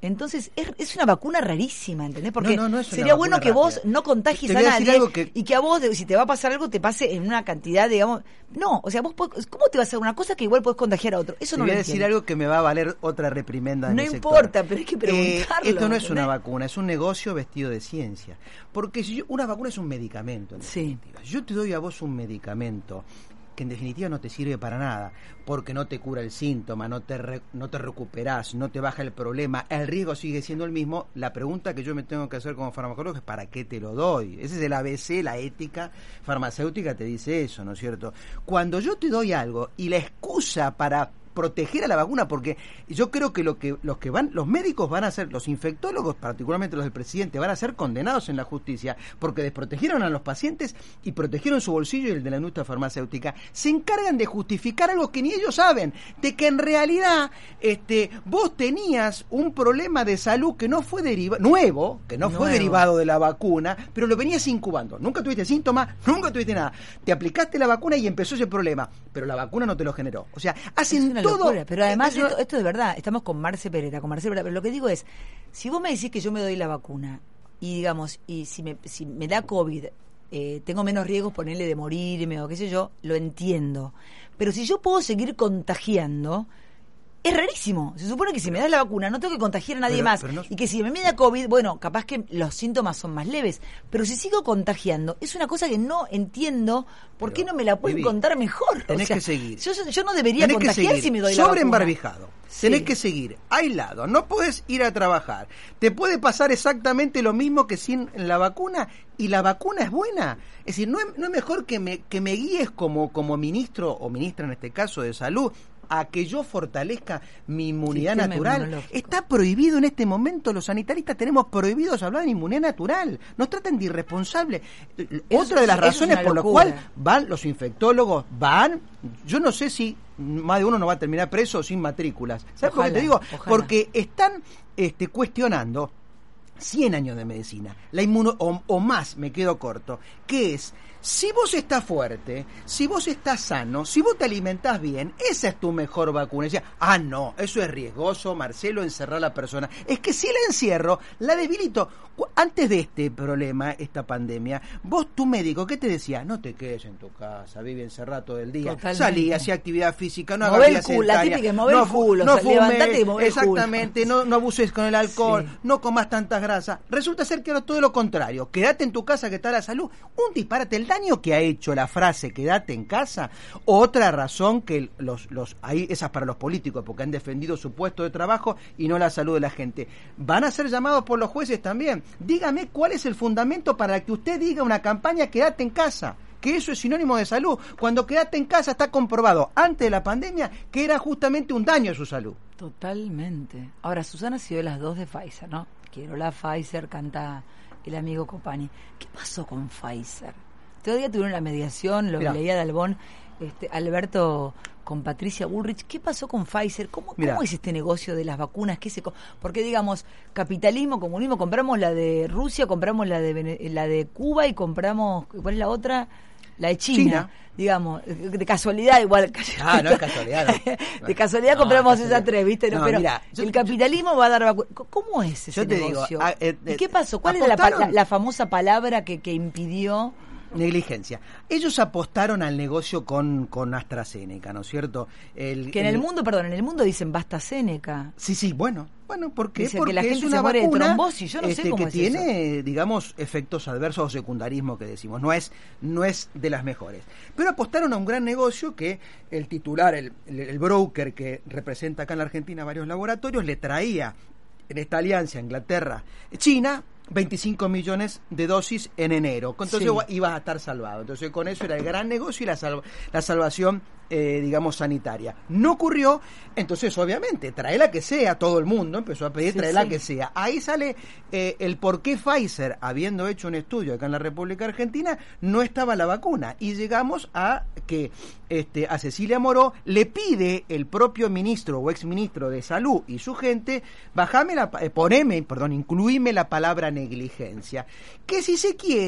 Entonces, es, es una vacuna rarísima, ¿entendés? Porque no, no, no es una sería bueno que vacuna vos rápida. no contagies Te a voy a decir nadie algo que- y que a vos, si te va a pasar algo, te pase en una cantidad, digamos... No, o sea, vos podés- ¿cómo te va a hacer una cosa que igual podés contagiar a otro? Eso Te no voy lo a decir entiendo. algo que me va a valer otra reprimenda de No mi sector. importa, pero hay que Eh, preguntarlo. esto no es una ¿entendés? vacuna, es un negocio vestido de ciencia. Porque si yo- una vacuna es un medicamento, en Sí. definitiva. Yo te doy a vos un medicamento que en definitiva no te sirve para nada, porque no te cura el síntoma, no te re- no te recuperás, no te baja el problema, el riesgo sigue siendo el mismo. La pregunta que yo me tengo que hacer como farmacólogo es ¿para qué te lo doy? Ese es el A B C, la ética farmacéutica te dice eso, ¿no es cierto? Cuando yo te doy algo y la excusa para proteger a la vacuna, porque yo creo que lo que los que van, los médicos van a ser, los infectólogos, particularmente los del presidente, van a ser condenados en la justicia porque desprotegieron a los pacientes y protegieron su bolsillo y el de la industria farmacéutica. Se encargan de justificar algo que ni ellos saben, de que en realidad este vos tenías un problema de salud que no fue derivado, nuevo, que no fue Nuevo. derivado de la vacuna, pero lo venías incubando. Nunca tuviste síntomas, nunca tuviste nada. Te aplicaste la vacuna y empezó ese problema, pero la vacuna no te lo generó. O sea, hacen Es una todo. locura, pero además eh, esto, esto de verdad, estamos con Marce Perera, con Marcelo Perera, pero lo que digo es, si vos me decís que yo me doy la vacuna y digamos, y si me, si me da COVID, eh, tengo menos riesgos ponerle de morirme o qué sé yo, lo entiendo. Pero si yo puedo seguir contagiando, es rarísimo. Se supone que si me das la vacuna no tengo que contagiar a nadie Pero- más. pero no- Y que si me da COVID, bueno, capaz que los síntomas son más leves. Pero si sigo contagiando, es una cosa que no entiendo por Pero, qué no me la pueden Vivi, contar mejor. tenés que seguir. Yo, yo no debería Tenés que contagiar seguir si me doy la sobre vacuna. embarbijado. Sí. Tenés que seguir aislado. No podés ir a trabajar. Te puede pasar exactamente lo mismo que sin la vacuna y la vacuna es buena. Es decir, no es, no es mejor que me, que me guíes como, como ministro o ministra en este caso de salud a que yo fortalezca mi inmunidad Sistema natural. inmunológico. Está prohibido en este momento, los sanitaristas tenemos prohibidos hablar de inmunidad natural. Nos tratan de irresponsables. Otra de las eso es razones una por la locura. cual van los infectólogos, van, yo no sé si más de uno no va a terminar preso sin matrículas. ¿Sabes por qué Ojalá, te digo? ojalá. Porque están este, cuestionando cien años de medicina, la inmuno, o, o más, me quedo corto, que es, si vos estás fuerte, si vos estás sano, si vos te alimentás bien, esa es tu mejor vacuna. Y decía, ah, no, eso es riesgoso, Marcelo, encerrar a la persona. Es que si la encierro, la debilito. Cu- Antes de este problema, esta pandemia, vos, tu médico, ¿qué te decía? No te quedes en tu casa, vive encerrado todo el día. Totalmente. Salí, hacía actividad física, no Mover hagas el vida culo, la sedentaria, típica es mover no el fu- culo, no o sea, fumes, levantate y mover el culo. exactamente, no, no abuses con el alcohol, Sí. no comas tantas grasas. Resulta ser que ahora todo lo contrario. Quédate en tu casa que está la salud. Un disparate. El daño que ha hecho la frase quédate en casa. Otra razón que los, los, ahí esa es para los políticos porque han defendido su puesto de trabajo y no la salud de la gente. Van a ser llamados por los jueces también. Dígame cuál es el fundamento para que usted diga una campaña quédate en casa. Que eso es sinónimo de salud. Cuando quédate en casa está comprobado antes de la pandemia que era justamente un daño a su salud. Totalmente. Ahora, Susana ha sido de las dos de Pfizer, ¿no? Quiero la Pfizer, canta el amigo Copani. ¿Qué pasó con Pfizer? Todavía tuvieron la mediación, lo Mirá. leía de Albón, este, Alberto con Patricia Bullrich. ¿Qué pasó con Pfizer? ¿Cómo, Mirá. ¿Cómo es este negocio de las vacunas? ¿Qué se co- Porque, digamos, capitalismo, comunismo, compramos la de Rusia, compramos la de Vene- la de Cuba y compramos, ¿cuál es la otra? La de China. China. Digamos, de casualidad igual. Ah, no es casualidad. no. De casualidad No, compramos casualidad. esas tres, ¿viste? No, No, pero mira, yo- el capitalismo va a dar vacunas. ¿Cómo es ese Yo te digo, negocio? ah, eh, ¿Y eh, qué pasó? ¿Cuál era la, pa- apostaron- la, la famosa palabra que, que impidió? Negligencia. Ellos apostaron al negocio con, con AstraZeneca, ¿no es cierto? El, Que en el mundo, perdón, en el mundo dicen basta Seneca. Sí, sí, bueno, bueno, ¿por qué? Dicen que Porque la es gente una se muere de vacuna trombosis, yo no sé este, cómo que es tiene, digamos, efectos adversos o secundarismo que decimos, no es no es de las mejores. Pero apostaron a un gran negocio que el titular, el, el, el broker que representa acá en la Argentina varios laboratorios, le traía en esta alianza Inglaterra, China, veinticinco millones de dosis en enero. Entonces Sí. ibas a estar salvado. Entonces con eso era el gran negocio y la, salva, la salvación, eh, digamos, sanitaria. No ocurrió, entonces obviamente, trae la que sea, todo el mundo empezó a pedir Sí, trae la sí. que sea. Ahí sale eh, el por qué Pfizer, habiendo hecho un estudio acá en la República Argentina, no estaba la vacuna. Y llegamos a que este, a Cecilia Moró le pide el propio ministro o exministro de Salud y su gente, bajame la, eh, poneme, perdón, incluíme la palabra negligencia, que si se quiere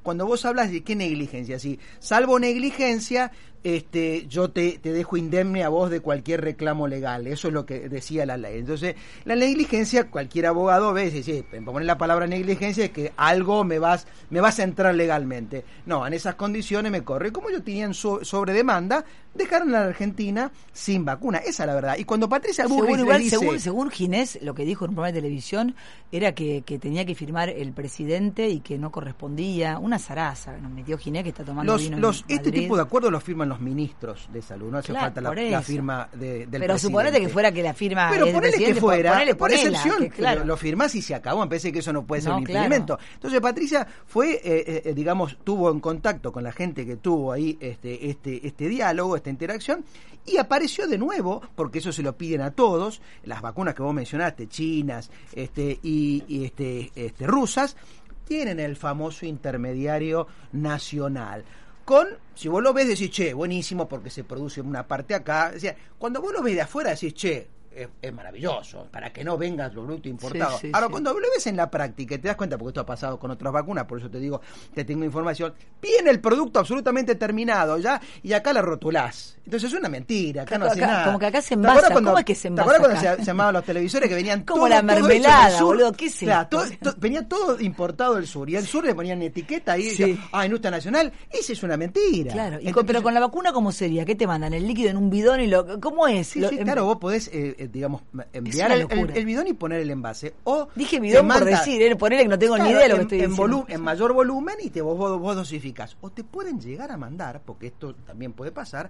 cuando vos hablas de qué negligencia, si salvo negligencia, este, yo te, te dejo indemne a vos de cualquier reclamo legal. Eso es lo que decía la ley. Entonces, la negligencia, cualquier abogado ve y dice, sí, para poner la palabra negligencia es que algo me vas, me vas a entrar legalmente. No, en esas condiciones me corre. Y como ellos tenían so, sobre demanda, dejaron a la Argentina sin vacuna. Esa es la verdad. Y cuando Patricia Bullrich según, igual, dice... según, según Ginés, lo que dijo en un programa de televisión era que, que tenía que firmar el presidente y que no correspondía. Una zaraza, nos metió Ginés que está tomando los, vino los, en Este Madrid. tipo de acuerdos los firman los ministros de salud, no hace Claro, falta la, por la eso. firma de, del Pero presidente. suponete que fuera que la firma Pero el ponele que presidente, fuera, ponele, por ponela, excepción, que, claro. lo, lo firmás y se acabó. Me parece que eso no puede ser No, un claro. impedimento. Entonces Patricia fue, eh, eh, digamos, tuvo en contacto con la gente que tuvo ahí este, este, este diálogo, esta interacción, y apareció de nuevo, porque eso se lo piden a todos, las vacunas que vos mencionaste, chinas este, y, y este, este, rusas, tienen el famoso intermediario nacional. Con, si vos lo ves, decís, che, buenísimo, porque se produce una parte acá. O sea, cuando vos lo ves de afuera, decís, che, es, es maravilloso, para que no vengas lo bruto importado. Sí, sí, Ahora, sí. cuando lo ves en la práctica y te das cuenta, porque esto ha pasado con otras vacunas, por eso te digo que tengo información, viene el producto absolutamente terminado ya, y acá la rotulás. Entonces es una mentira, acá no Acá- hace nada. como que acá se ¿Te envasa? acuerdas cuando- ¿Cómo es que se envasa ¿Te acuerdas cuando acá? se, se llamaban los televisores que venían Como todo, la todo hecho mermelada, del sur? boludo, ¿qué es Claro, esto? todo- to- venía todo importado del sur, y al sur le ponían etiqueta ahí, Sí. ah, industria nacional, esa es una mentira. Claro, y con- Entonces, pero con la vacuna, ¿cómo sería? ¿Qué te mandan? ¿El líquido en un bidón y lo cómo es? Sí, Lo- sí, em- claro, vos podés, eh, eh, digamos, enviar una el, el- locura. el bidón y poner el envase. O Dije te bidón por manda- decir, ¿eh? Ponele que no tengo ni Claro, idea de lo que en, estoy en, diciendo. volu- en mayor volumen y te vos, vos, vos dosificás. O te pueden llegar a mandar, porque esto también puede pasar,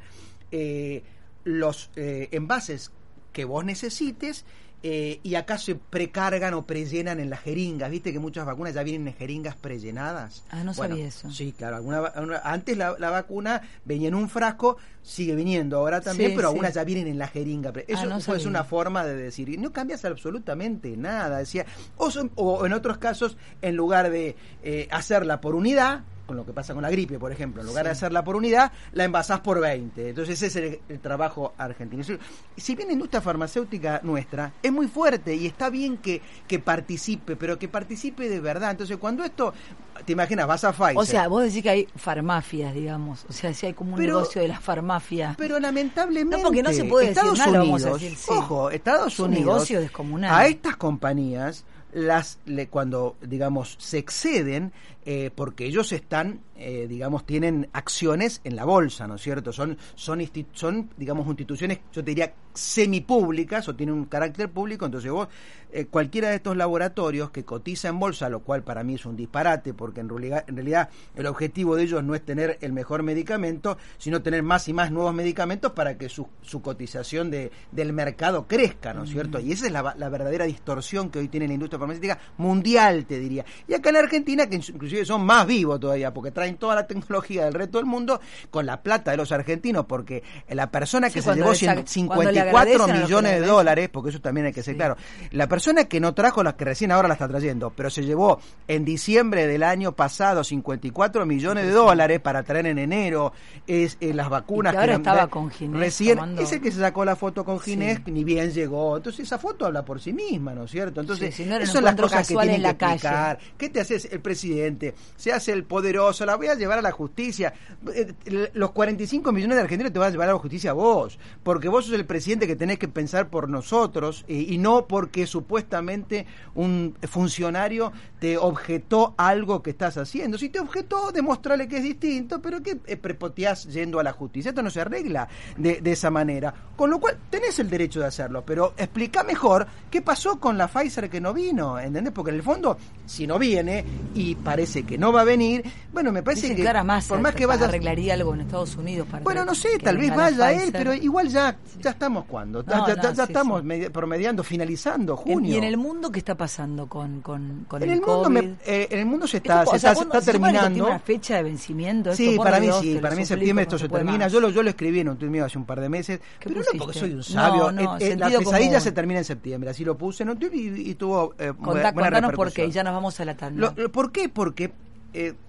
eh, los eh, envases que vos necesites. Eh, y acá se precargan o prellenan en las jeringas. Viste que muchas vacunas ya vienen en jeringas prellenadas. Ah, no Bueno, sabía eso. Sí, claro. Alguna, va- una- antes la, la vacuna venía en un frasco, sigue viniendo ahora también, Sí, pero sí. algunas ya vienen en la jeringa. pre- Eso Ah, no fue sabía. una forma de decir, y no cambias absolutamente nada. Decía, o, son- o en otros casos, en lugar de eh, hacerla por unidad, con lo que pasa con la gripe, por ejemplo, en lugar Sí. de hacerla por unidad, la envasás por veinte. Entonces ese es el, el trabajo argentino. Si, si bien la industria farmacéutica nuestra es muy fuerte y está bien que, que participe, pero que participe de verdad. Entonces cuando esto, te imaginas, vas a Pfizer. O sea, vos decís que hay farmacias, digamos. O sea, si hay como un Pero- negocio de las farmacias. Pero lamentablemente, No, porque no se puede decir Estados nada, Unidos, vamos a decir, sí. ojo, Estados Es un Unidos, negocio descomunal. a estas compañías, las le, cuando, digamos, se exceden, eh, porque ellos están, eh, digamos, tienen acciones en la bolsa, ¿no es cierto? Son, son, insti- son digamos, instituciones, yo te diría, semipúblicas o tienen un carácter público, entonces vos, eh, cualquiera de estos laboratorios que cotiza en bolsa, lo cual para mí es un disparate, porque en realidad, en realidad el objetivo de ellos no es tener el mejor medicamento, sino tener más y más nuevos medicamentos para que su, su cotización de, del mercado crezca, ¿no es cierto? Y esa es la, la verdadera distorsión que hoy tiene la industria farmacéutica mundial, te diría. Y acá en Argentina, que inclusive son más vivos todavía, porque traen toda la tecnología del resto del mundo con la plata de los argentinos, porque la persona Sí, que se cuando llevó les ag- cincuenta y cuando le cuatro agradecen a los que millones le de agradecen. dólares, porque eso también hay que ser Sí. claro, la persona que no trajo las que recién ahora la está trayendo, pero se llevó en diciembre del año pasado cincuenta y cuatro millones de dólares para traer en enero es, eh, las vacunas Y que ahora eran- estaba con Ginés recién, tomando- ese que se sacó la foto con Ginés, Sí. ni bien llegó, entonces esa foto habla por sí misma, ¿no es cierto? Entonces, Sí, si no era un esas son las encuentro cosas que casual tienen en la que explicar. calle. ¿Qué te hace el presidente? Se hace el poderoso, la voy a llevar a la justicia. Eh, Los cuarenta y cinco millones de argentinos te van a llevar a la justicia vos, porque vos sos el presidente que tenés que pensar por nosotros eh, y no porque supuestamente un funcionario te objetó algo que estás haciendo. Si te objetó, demostrale que es distinto, pero que eh, prepoteás yendo a la justicia. Esto no se arregla de, de esa manera. Con lo cual, tenés el derecho de hacerlo, pero explica mejor qué pasó con la Pfizer que no vino, ¿entendés? Porque en el fondo, si no viene, y parece que no va a venir, bueno, me parece Dicen que, que ahora Massa por más que vayas... arreglaría algo en Estados Unidos para Bueno, no sé, que tal vez venga la vaya él, Pfizer. pero igual ya ya estamos cuando, ya, No, ya- no, ya- ya sí, estamos sí. medi- promediando, finalizando En- junio. ¿Y en el mundo qué está pasando con, con, con En el, el mundo, COVID? me- eh, en el mundo se está, Esto, se o sea, está, se ¿cuándo- está se supone que terminando. ¿Tiene una fecha de vencimiento? Sí, Esto, para mí ponle sí, dos, te para lo mí en suplico, septiembre no esto se se puede termina. más. Yo lo, yo lo escribí en un tuit mío hace un par de meses, ¿Qué pero no pusiste? porque soy un No, sabio. no, Eh, eh, la sentido pesadilla común. se termina en septiembre, así lo puse en un tuit y, y tuvo eh, Contá- buena contanos por qué, repercusión. y ya nos vamos a la tanda. Lo- lo- ¿Por qué? Porque... Eh,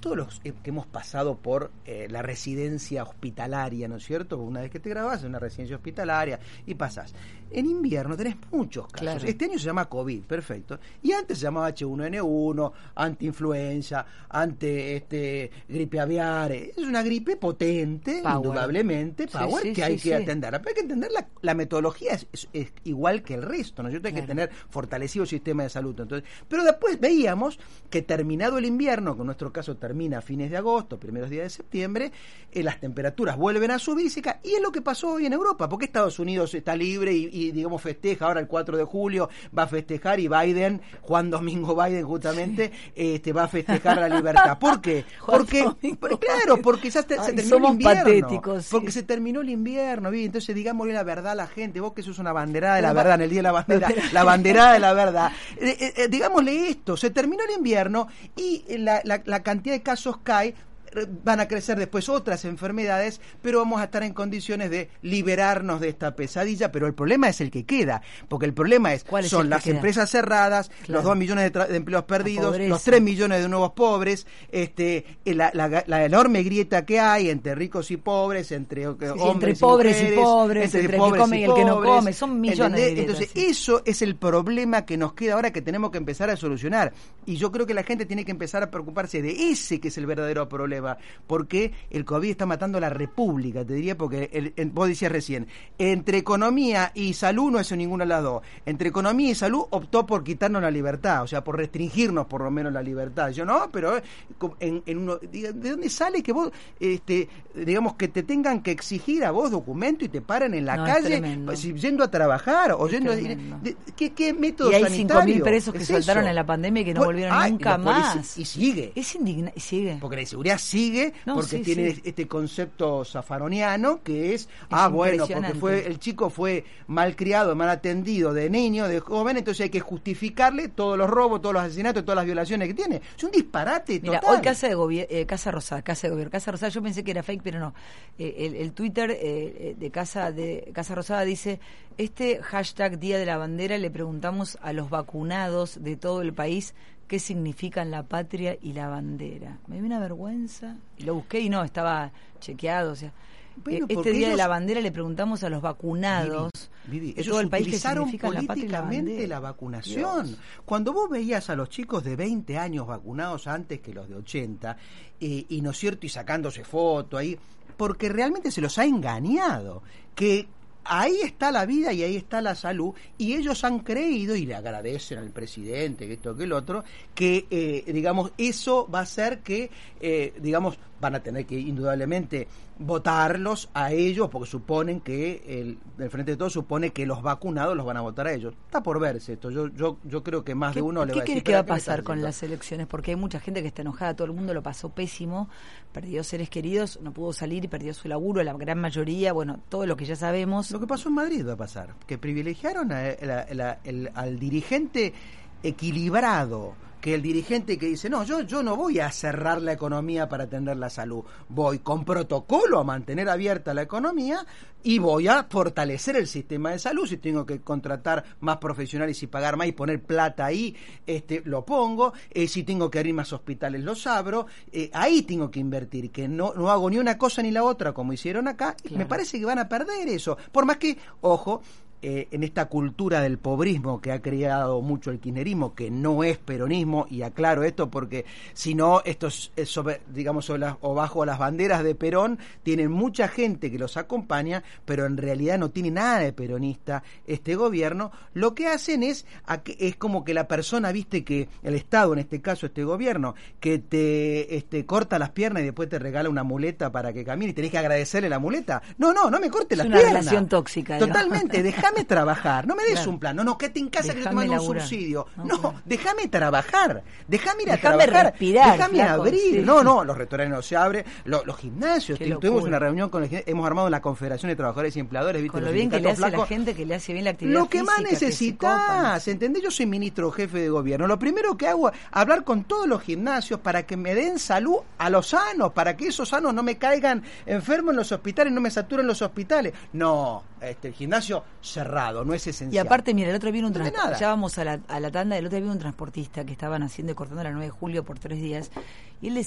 todos los que hemos pasado por eh, la residencia hospitalaria, ¿no es cierto? Una vez que te grabás en una residencia hospitalaria y pasás. En invierno tenés muchos casos. Claro. Este año se llama COVID, perfecto. Y antes se llamaba hache uno ene uno, anti-influenza, ante este, gripe aviar. Es una gripe potente, Power. indudablemente, Sí, power, sí, que sí, hay sí. que atender. Pero hay que entender la, la metodología es, es, es igual que el resto, ¿no es cierto? Hay Claro. que tener fortalecido el sistema de salud. Entonces, pero después veíamos que terminado el invierno, que en nuestro caso termina a fines de agosto, primeros días de septiembre, eh, las temperaturas vuelven a subir y es lo que pasó hoy en Europa, porque Estados Unidos está libre y, y digamos festeja, ahora el cuatro de julio va a festejar y Biden, Juan Domingo Biden justamente, sí. este va a festejar la libertad. ¿Por qué? Juan Porque, Domingo porque claro, porque ya te, Ay, se terminó somos el invierno. patéticos, sí. Porque se terminó el invierno, ¿sí? Entonces digámosle la verdad a la gente, vos que sos una banderada de la verdad en el día de la bandera, la banderada de la verdad. Eh, eh, digámosle esto, se terminó el invierno y la, la, la cantidad de casos cae, van a crecer después otras enfermedades, pero vamos a estar en condiciones de liberarnos de esta pesadilla, pero el problema es el que queda, porque el problema es, es son el las queda? empresas cerradas, Claro. los dos millones de, de empleos perdidos, La los tres millones de nuevos pobres, este la, la, la enorme grieta que hay entre ricos y pobres, entre sí, hombres sí, entre y pobres mujeres, y pobres, entre, entre el que come y el que no pobres, come, son millones de grietas, Entonces, sí. eso es el problema que nos queda ahora que tenemos que empezar a solucionar, y yo creo que la gente tiene que empezar a preocuparse de ese que es el verdadero problema, porque el COVID está matando a la República, te diría, porque el, el, vos decías recién, entre economía y salud no es en ninguna de las dos. Entre economía y salud optó por quitarnos la libertad, o sea, por restringirnos por lo menos la libertad. Yo no, pero en, en uno, ¿de dónde sale que vos, este, digamos, que te tengan que exigir a vos documento y te paren en la no, calle si, yendo a trabajar o es yendo a, de, ¿qué, qué método y hay sanitario? cinco mil presos que ¿Es soltaron eso? en la pandemia y que no bueno, volvieron ay, nunca más. Y sigue. Es indignante, sigue. Porque la inseguridad sigue, no, porque sí, tiene sí. este concepto zafaroniano que es, es ah, bueno, porque fue el chico fue malcriado, mal atendido de niño, de joven, entonces hay que justificarle todos los robos, todos los asesinatos, todas las violaciones que tiene. Es un disparate Mira, total. hoy Casa de Gobierno, eh, Casa Rosada, Casa de Gobierno, Casa Rosada, yo pensé que era fake, pero no. Eh, el, el Twitter eh, de Casa de Casa Rosada dice, este hashtag Día de la Bandera le preguntamos a los vacunados de todo el país qué significan la patria y la bandera. Me dio una vergüenza y lo busqué y no, estaba chequeado, o sea, bueno, este Día ellos, de la Bandera le preguntamos a los vacunados Vivi, Vivi, de todo el país qué significa la patria y la bandera. La vacunación. Dios. Cuando vos veías a los chicos de veinte años vacunados antes que los de ochenta, eh, y no es cierto, y sacándose foto ahí, porque realmente se los ha engañado, que ahí está la vida y ahí está la salud, y ellos han creído, y le agradecen al presidente, que esto, que el otro, que, eh, digamos, eso va a hacer que, eh, digamos, van a tener que, indudablemente, votarlos a ellos, porque suponen que, el, el Frente de Todos supone que los vacunados los van a votar a ellos. Está por verse esto, yo yo yo creo que más de uno le va a decir. ¿Qué crees que va a pasar con las elecciones? Porque hay mucha gente que está enojada, todo el mundo lo pasó pésimo, perdió seres queridos, no pudo salir y perdió su laburo, la gran mayoría, bueno, todo lo que ya sabemos. Lo que pasó en Madrid va a pasar, que privilegiaron a, a, a, a, el, al dirigente equilibrado, que el dirigente que dice, no, yo yo no voy a cerrar la economía para atender la salud, voy con protocolo a mantener abierta la economía y voy a fortalecer el sistema de salud. Si tengo que contratar más profesionales y pagar más y poner plata ahí, este lo pongo, eh, si tengo que abrir más hospitales los abro, eh, ahí tengo que invertir, que no, no hago ni una cosa ni la otra como hicieron acá. Claro. Me parece que van a perder eso, por más que, ojo, Eh, en esta cultura del pobrismo que ha creado mucho el kirchnerismo, que no es peronismo, y aclaro esto porque si no, estos, sobre, digamos, sobre las, o bajo las banderas de Perón, tienen mucha gente que los acompaña, pero en realidad no tiene nada de peronista este gobierno. Lo que hacen es, es como que la persona, viste, que el Estado, en este caso este gobierno, que te este, corta las piernas y después te regala una muleta para que camine y tenés que agradecerle la muleta. No, no, no me corte las piernas. Es una relación tóxica. Totalmente, déjame trabajar, no me des claro. un plan, no, no, quédate en casa déjame que te mando un subsidio. No, no claro. déjame trabajar, déjame ir a déjame trabajar, respirar, déjame flaco, abrir. Sí. No, no, los restaurantes no se abren, los, los gimnasios, Qué tuvimos locura. una reunión con el, hemos armado la Confederación de Trabajadores y Empleadores, ¿viste? Con lo los bien que le hace flacos. a la gente, que le hace bien la actividad Lo que física, más necesitas, que ¿entendés? Yo soy ministro jefe de gobierno. Lo primero que hago es hablar con todos los gimnasios para que me den salud a los sanos, para que esos sanos no me caigan enfermos en los hospitales, no me saturen los hospitales. No, este, el gimnasio cerrado, no es esencial. Y aparte, mira, el otro vino un no transportista, ya vamos a la, a la tanda, el otro día vino un transportista que estaban haciendo y cortando la nueve de julio por tres días, y él decía,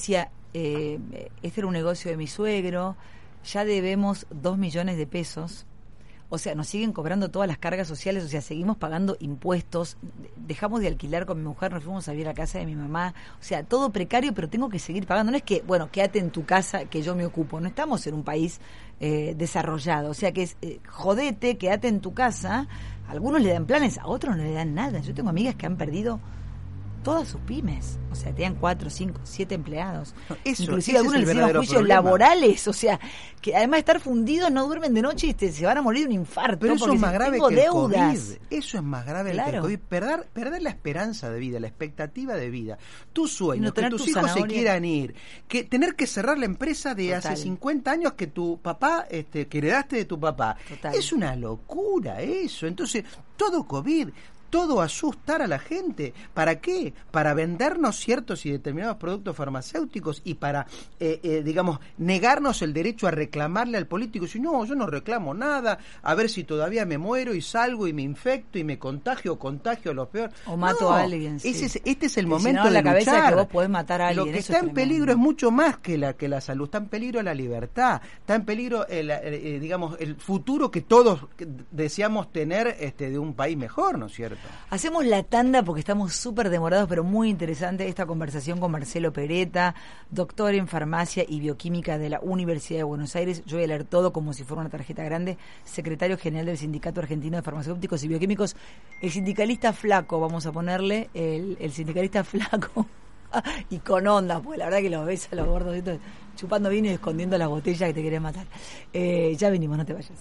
eh, este era un negocio de mi suegro, ya debemos dos millones de pesos. O sea, nos siguen cobrando todas las cargas sociales, o sea, seguimos pagando impuestos, dejamos de alquilar con mi mujer, nos fuimos a vivir a casa de mi mamá, o sea, todo precario, pero tengo que seguir pagando. No es que, bueno, quédate en tu casa que yo me ocupo, no estamos en un país eh, desarrollado, o sea, que es, eh, jodete, quédate en tu casa. Algunos le dan planes, a otros no le dan nada. Yo tengo amigas que han perdido todas sus pymes, o sea, tenían cuatro, cinco, siete empleados. No, eso, inclusive algunos les hicieron juicios problema. laborales, o sea, que además de estar fundidos no duermen de noche y te, se van a morir de un infarto. Pero eso es más grave que deudas. el COVID. Eso es más grave claro. que el COVID. Perder, perder la esperanza de vida, la expectativa de vida. Tu sueño, no que tus tu hijos zanahoria. se quieran ir, que tener que cerrar la empresa de Total. hace cincuenta años que tu papá, este, que heredaste de tu papá. Total. Es una locura eso. Entonces, todo COVID... todo asustar a la gente. ¿Para qué? Para vendernos ciertos y determinados productos farmacéuticos y para, eh, eh, digamos, negarnos el derecho a reclamarle al político. Si no, yo no reclamo nada, a ver si todavía me muero y salgo y me infecto y me contagio o contagio a lo peor. O mato no, a alguien. Sí. Ese es, este es el y momento si no, de la luchar. cabeza que vos podés matar a alguien. Lo que Eso está es en peligro es mucho más que la que la salud. Está en peligro la libertad. Está en peligro, el, eh, digamos, el futuro que todos deseamos tener este, de un país mejor, ¿no es cierto? Hacemos la tanda porque estamos súper demorados, pero muy interesante esta conversación con Marcelo Peretta, doctor en farmacia y bioquímica de la Universidad de Buenos Aires. Yo voy a leer todo como si fuera una tarjeta grande. Secretario general del Sindicato Argentino de Farmacéuticos y Bioquímicos. El sindicalista flaco, vamos a ponerle, el, el sindicalista flaco y con onda, pues la verdad que los ves a los gordos estos, chupando vino y escondiendo las botellas que te quieren matar. Eh, ya venimos, no te vayas.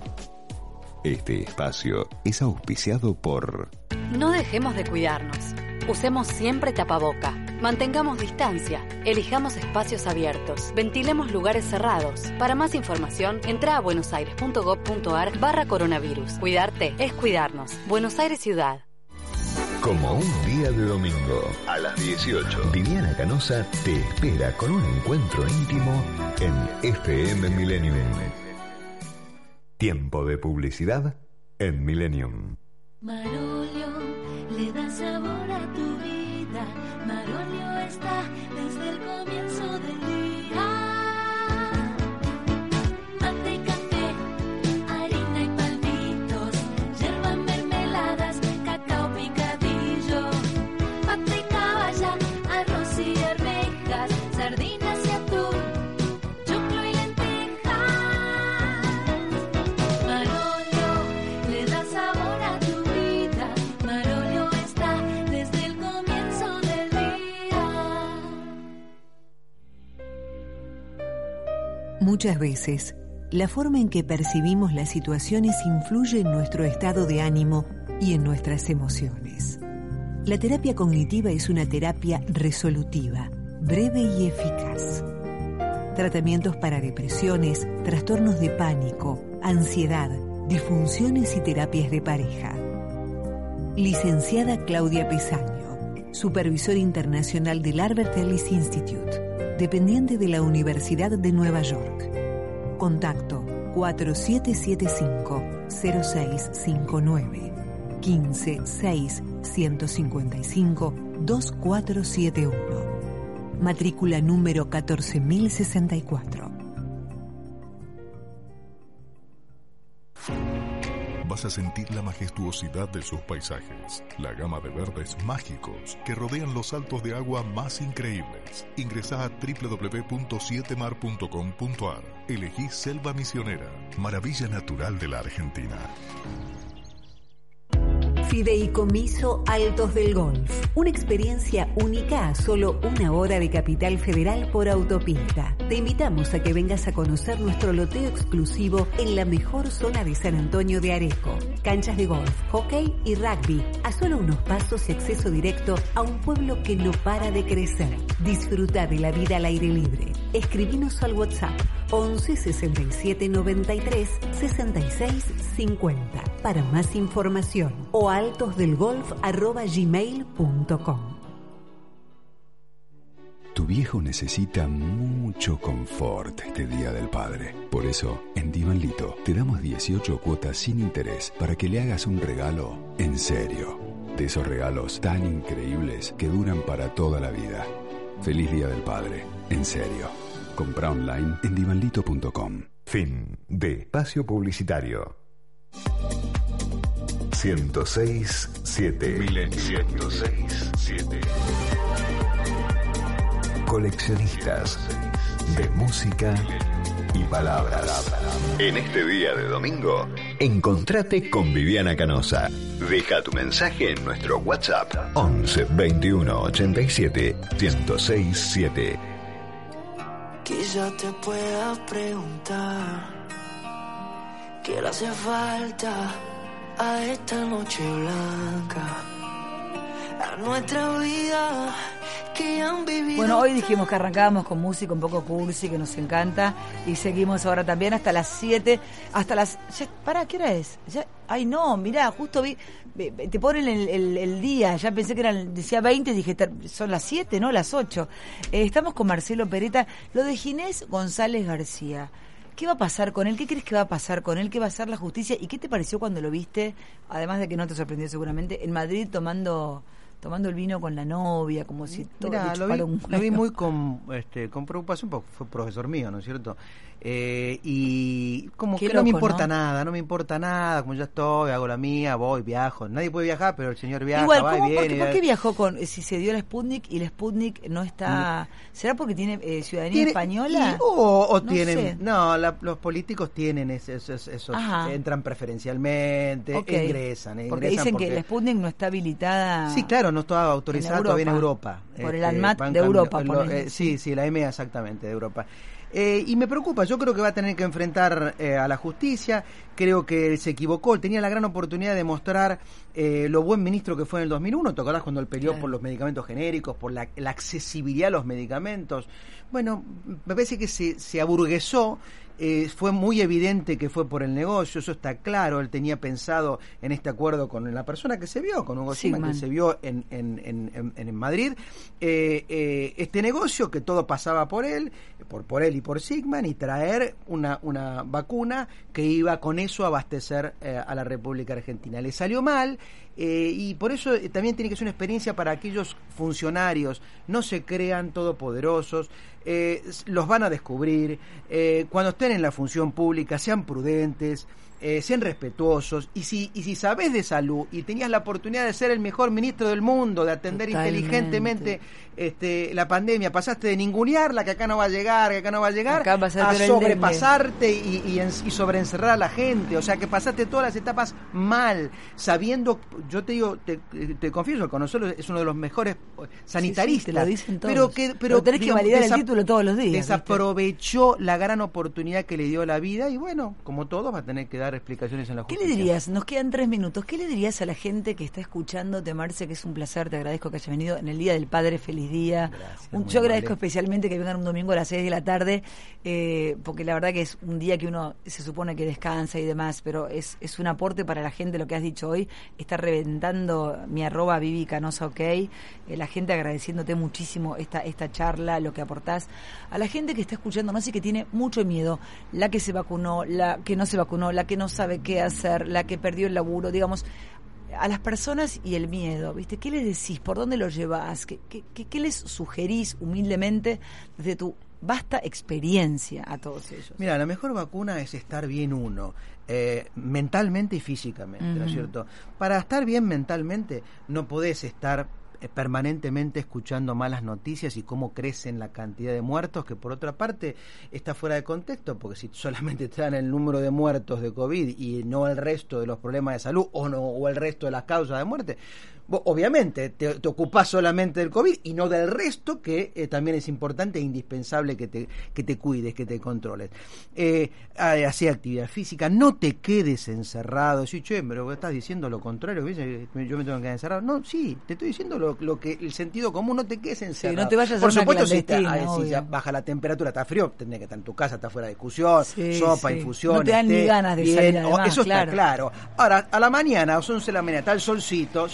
Este espacio es auspiciado por... No dejemos de cuidarnos. Usemos siempre tapaboca. Mantengamos distancia. Elijamos espacios abiertos. Ventilemos lugares cerrados. Para más información, entra a buenosaires.gov.ar barra coronavirus. Cuidarte es cuidarnos. Buenos Aires Ciudad. Como un día de domingo, a las dieciocho, Viviana Canosa te espera con un encuentro íntimo en F M Millennium. Tiempo de publicidad en Millennium. Marolio le da sabor a tu vida. Marolio está desde el comienzo del día. Mate, café, harina y palmitos, yerba, mermeladas, cacao picadillo, mate, caballa, arroz y arvejas, sardinas y atún, choclo y lentejas. Marolio le da sabor a tu vida. Marolio está desde el comienzo del día. Muchas veces, la forma en que percibimos las situaciones influye en nuestro estado de ánimo y en nuestras emociones. La terapia cognitiva es una terapia resolutiva, breve y eficaz. Tratamientos para depresiones, trastornos de pánico, ansiedad, disfunciones y terapias de pareja. Licenciada Claudia Pesaño, supervisor internacional del Albert Ellis Institute, dependiente de la Universidad de Nueva York. Contacto cuatro siete siete cinco cero seis cinco nueve, uno cinco seis uno cinco cinco dos cuatro siete uno. Matrícula número catorce mil sesenta y cuatro. Vas a sentir la majestuosidad de sus paisajes, la gama de verdes mágicos que rodean los saltos de agua más increíbles. Ingresá a doble u doble u doble u punto siete mar punto com punto a r. Elegí Selva Misionera, maravilla natural de la Argentina. Fideicomiso Altos del Golf. Una experiencia única a solo una hora de Capital Federal por autopista. Te invitamos a que vengas a conocer nuestro loteo exclusivo en la mejor zona de San Antonio de Areco. Canchas de golf, hockey y rugby. A solo unos pasos y acceso directo a un pueblo que no para de crecer. Disfruta de la vida al aire libre. Escribinos al WhatsApp once sesenta y siete noventa y tres sesenta y seis cincuenta para más información o altosdelgolf arroba gmail punto com. Tu viejo necesita mucho confort este Día del Padre. Por eso, en Divanlito te damos dieciocho cuotas sin interés para que le hagas un regalo en serio. De esos regalos tan increíbles que duran para toda la vida. Feliz Día del Padre. En serio. Comprá online en divanlito punto com. Fin de espacio publicitario. ciento seis punto siete Milenio. ciento seis punto siete Coleccionistas de música y palabras. En este día de domingo, encontrate con Viviana Canosa. Deja tu mensaje en nuestro WhatsApp once veintiuno ochenta y siete ciento seis punto siete. Quizá te pueda preguntar qué le hace falta a esta noche blanca, a nuestra vida que han vivido. Bueno, hoy dijimos que arrancábamos con música un poco cursi, que nos encanta, y seguimos ahora también hasta las siete, hasta las... Ya, ¿para qué hora es? Ya, ay, no, mirá, justo vi... Te ponen el, el, el día, ya pensé que eran, decía veinte, dije, son las siete, ¿no? Las ocho. Eh, estamos con Marcelo Peretta. Lo de Ginés González García, ¿qué va a pasar con él? ¿Qué crees que va a pasar con él? ¿Qué va a ser la justicia? ¿Y qué te pareció cuando lo viste, además de que no te sorprendió seguramente, en Madrid tomando... tomando el vino con la novia, como si todo Mirá, le lo, vi, chupara un lo vi muy con, este, con preocupación, porque fue profesor mío, ¿no es cierto? Eh, y como Qué que no me loco, importa ¿no? nada, no me importa nada, como ya estoy, hago la mía, voy, viajo. Nadie puede viajar, pero el señor viaja, Igual, va ¿cómo, y por, viene. qué, ¿por qué viajó con, si se dio la Sputnik y la Sputnik no está... ¿Será porque tiene eh, ciudadanía ¿Tiene- española? y- o o No tienen, sé. no, la- los políticos tienen esos, esos, esos- Ajá. entran preferencialmente, Ok. ingresan, eh, Porque ingresan dicen porque- que la Sputnik no está habilitada... Sí, claro, no estaba autorizada en todavía en Europa. Por el Este, ANMAT van de camino- Europa, lo- ponele. eh, sí, sí, la E M E A exactamente, de Europa. Eh, y me preocupa, yo creo que va a tener que enfrentar eh, a la justicia, creo que se equivocó, él tenía la gran oportunidad de mostrar eh, lo buen ministro que fue en el dos mil uno, ¿te acordás cuando él peleó Claro. por los medicamentos genéricos, por la, la accesibilidad a los medicamentos? Bueno, me parece que se, se aburguesó. Eh, fue muy evidente que fue por el negocio, eso está claro. Él tenía pensado en este acuerdo con la persona que se vio, con Hugo Sigman, Sigman. que se vio en, en, en, en, en Madrid, eh, eh, este negocio que todo pasaba por él, por, por él y por Sigman, y traer una, una vacuna que iba con eso a abastecer eh, a la República Argentina. Le salió mal. Eh, y por eso eh, también tiene que ser una experiencia para aquellos funcionarios. No se crean todopoderosos, eh, los van a descubrir. Eh, cuando estén en la función pública, sean prudentes, eh, sean respetuosos. Y si, y si sabés de salud y tenías la oportunidad de ser el mejor ministro del mundo, de atender Totalmente. inteligentemente este, la pandemia, pasaste de ningunearla, que acá no va a llegar, que acá no va a llegar, Acá va a ser a peor el sobrepasarte y, y, en- y sobreencerrar a la gente. O sea, que pasaste todas las etapas mal, sabiendo, yo te digo, te, te confieso, el Conosolo es uno de los mejores sanitaristas. Sí, sí, te lo dicen todos. Pero que, Pero pero tenés que digamos, validar el desa- título todos los días, ¿viste? Desaprovechó la gran oportunidad que le dio la vida y bueno, como todos va a tener que dar explicaciones en la ¿Qué justicia. le dirías? Nos quedan tres minutos. ¿Qué le dirías a la gente que está escuchándote, Marce, que es un placer, te agradezco que hayas venido en el Día del Padre, feliz día. Un- muy yo agradezco amable. especialmente que vengan un domingo a las seis de la tarde, eh, porque la verdad que es un día que uno se supone que descansa y demás, pero es, es un aporte para la gente lo que has dicho hoy. Está reventando mi arroba Vivi Canosa, ok. Eh, la gente agradeciéndote muchísimo esta, esta charla, lo que aportás. A la gente que está escuchando, no sé, que tiene mucho miedo, la que se vacunó, la que no se vacunó, la que no sabe qué hacer, la que perdió el laburo, digamos, a las personas y el miedo, ¿viste? ¿Qué les decís? ¿Por dónde los llevás? ¿Qué, qué, qué, qué les sugerís humildemente desde tu vasta experiencia a todos ellos? Mira, la mejor vacuna es estar bien uno, eh, mentalmente y físicamente, ¿no es Ujú. cierto? Para estar bien mentalmente no podés estar eh, permanentemente escuchando malas noticias y cómo crecen la cantidad de muertos, que por otra parte está fuera de contexto, porque si solamente te dan el número de muertos de COVID y no el resto de los problemas de salud o, no, o el resto de las causas de muerte, vos, obviamente te, te ocupás solamente del COVID y no del resto, que eh, también es importante e indispensable que te, que te cuides, que te controles. Eh, Hacé actividad física, no te quedes encerrado. Sí, che, pero vos estás diciendo lo contrario, ¿viste? Yo me tengo que quedar encerrado. No, sí, te estoy diciendo lo, lo que el sentido común, no te quedes encerrado. no te vayas a Por hacer una supuesto, si, te- clandestina, ah, si obvio. ya baja la temperatura, está frío, tendrás que estar en tu casa, está fuera de discusión, Sí, sopa, sí. infusión. No te dan ni ganas de salir, o- además, Eso claro. está claro. Ahora, a la mañana, a las once de la mañana, está el solcito, salí a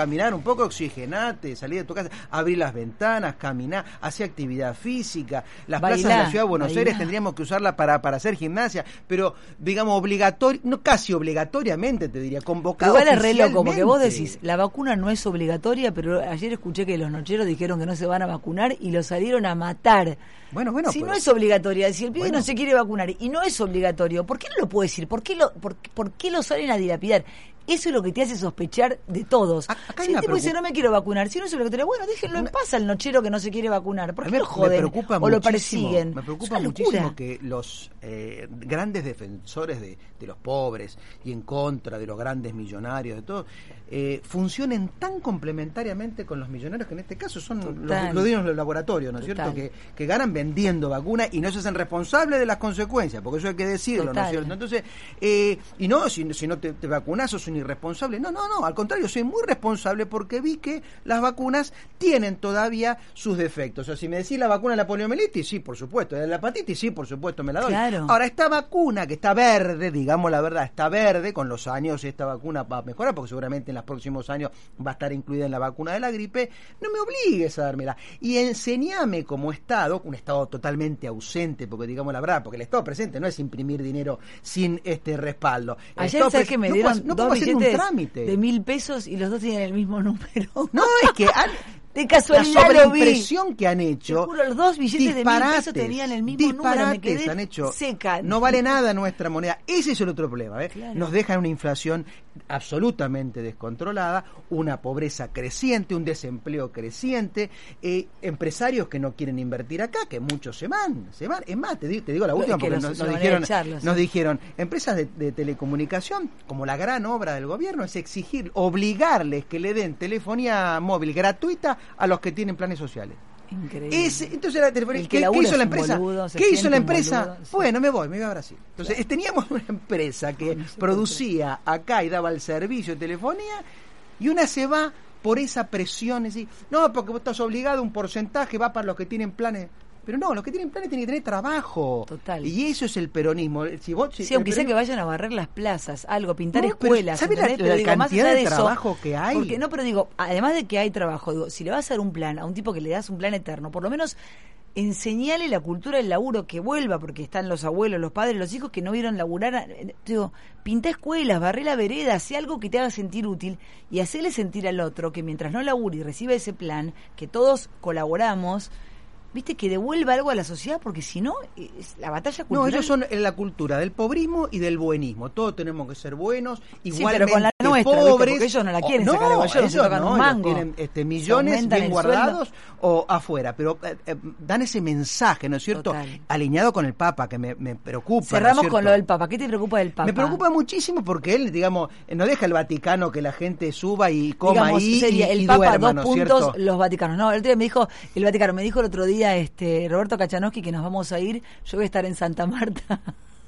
caminar un poco, oxigenate, salir de tu casa, abrir las ventanas, caminar, hacer actividad física. Las Bailá, plazas de la ciudad de Buenos bailá. Aires tendríamos que usarla para, para hacer gimnasia, pero digamos obligatorio, no casi obligatoriamente te diría, convocado Igual es re loco, porque vos oficialmente. decís, la vacuna no es obligatoria, pero ayer escuché que los nocheros dijeron que no se van a vacunar y lo salieron a matar. Bueno, bueno, si pero- no es obligatoria, si el pibe Bueno. no se quiere vacunar y no es obligatorio, ¿por qué no lo puede decir? ¿Por qué lo, por, por qué lo salen a dilapidar? Eso es lo que te hace sospechar de todos. hay Si el una tipo dice, preocup- no me quiero vacunar, si no es obligatorio, bueno, déjenlo en paz al nochero que no se quiere vacunar. ¿Por A qué mí lo me joden preocupa o lo muchísimo, persiguen? Me preocupa Es una muchísimo locura. que los eh, grandes defensores de, de los pobres y en contra de los grandes millonarios, de todo, eh, funcionen tan complementariamente con los millonarios que en este caso son los, Total. los dueños de los laboratorios, ¿no es Total. cierto? Que, que ganan vendiendo vacunas y no se hacen responsables de las consecuencias, porque eso hay que decirlo, ¿no Total. es cierto? Entonces, eh, y no, si, si no te, te vacunás sos un irresponsable. No, no, no, al contrario, soy muy responsable porque vi que las vacunas tienen todavía sus defectos. O sea, si me decís la vacuna de la poliomielitis, sí, por supuesto. De la hepatitis, sí, por supuesto, me la doy. Claro. Ahora, esta vacuna que está verde, digamos la verdad, está verde, con los años esta vacuna va a mejorar, porque seguramente en los próximos años va a estar incluida en la vacuna de la gripe, no me obligues a dármela. Y enseñame como Estado, un Estado totalmente ausente, porque digamos la verdad, porque el Estado presente no es imprimir dinero sin este respaldo. El Ayer, Estado ¿sabes pres- que me no dieron puedo- no dos puedo hacer un billetes trámite. de mil pesos y los dos tienen el mismo número? No, es que han- de la casualidad lo vi. sobreimpresión que han hecho, Te juro, los dos billetes de mil disparates, pesos tenían el mismo número, me disparates quedé han hecho, seca. no vale nada nuestra moneda. Ese es el otro problema, ¿eh? Claro. Nos deja una inflación absolutamente descontrolada, una pobreza creciente, un desempleo creciente, eh, empresarios que no quieren invertir acá, que muchos se van, se van. Es más, te digo, te digo la No, última es que porque los- nos, se nos van a dijeron, echarlos, nos sí. dijeron, empresas de, de telecomunicación, como la gran obra del gobierno es exigir, obligarles que le den telefonía móvil gratuita a los que tienen planes sociales. Increíble. Ese, entonces la telefonía, El que ¿qué, labura qué hizo es la un empresa? boludo, se ¿Qué hizo siente la un empresa? boludo, sí. Bueno, me voy, me voy a Brasil. Entonces, teníamos una empresa que producía acá y daba el servicio de telefonía y una se va por esa presión, es decir, no, porque vos estás obligado, un porcentaje va para los que tienen planes. Pero no, los que tienen planes tienen que tener trabajo. Total. Y eso es el peronismo. Si vos, si Sí, el aunque sea peronismo- que vayan a barrer las plazas, algo, pintar No, pero escuelas, ¿sabe la- ¿entendés? la Pero digo, más cantidad allá de de eso, trabajo que hay? Porque no, pero digo, además de que hay trabajo, digo, si le vas a dar un plan a un tipo que le das un plan eterno, por lo menos enseñale la cultura del laburo, que vuelva, porque están los abuelos, los padres, los hijos que no vieron laburar. eh, Digo, pinta escuelas, barré la vereda, hacé algo que te haga sentir útil y hacerle sentir al otro que mientras no labure y reciba ese plan, que todos colaboramos, viste, que devuelva algo a la sociedad, porque si no, es la batalla No, cultural. ellos son en la cultura del pobrismo y del buenismo. Todos tenemos que ser buenos, igualmente pero con la nuestra, ¿viste? pobres. Porque ellos no la quieren O- sacar de bolsillo, ellos se tocan no, un ellos mango. tienen este, Se millones aumentan bien el guardados o afuera, pero eh, eh, dan ese mensaje, ¿no es cierto? Total. Alineado con el Papa, que me, me preocupa. Cerramos ¿no es con cierto? lo del Papa. ¿Qué te preocupa del Papa? Me preocupa muchísimo porque él, digamos, no deja el Vaticano que la gente suba y coma Digamos, ahí sería y, el y Papa, duerma, dos ¿no es puntos, cierto? los Vaticanos. No, el otro día me dijo, el Vaticano, me dijo el otro día este Roberto Kachanowski que nos vamos a ir, yo voy a estar en Santa Marta,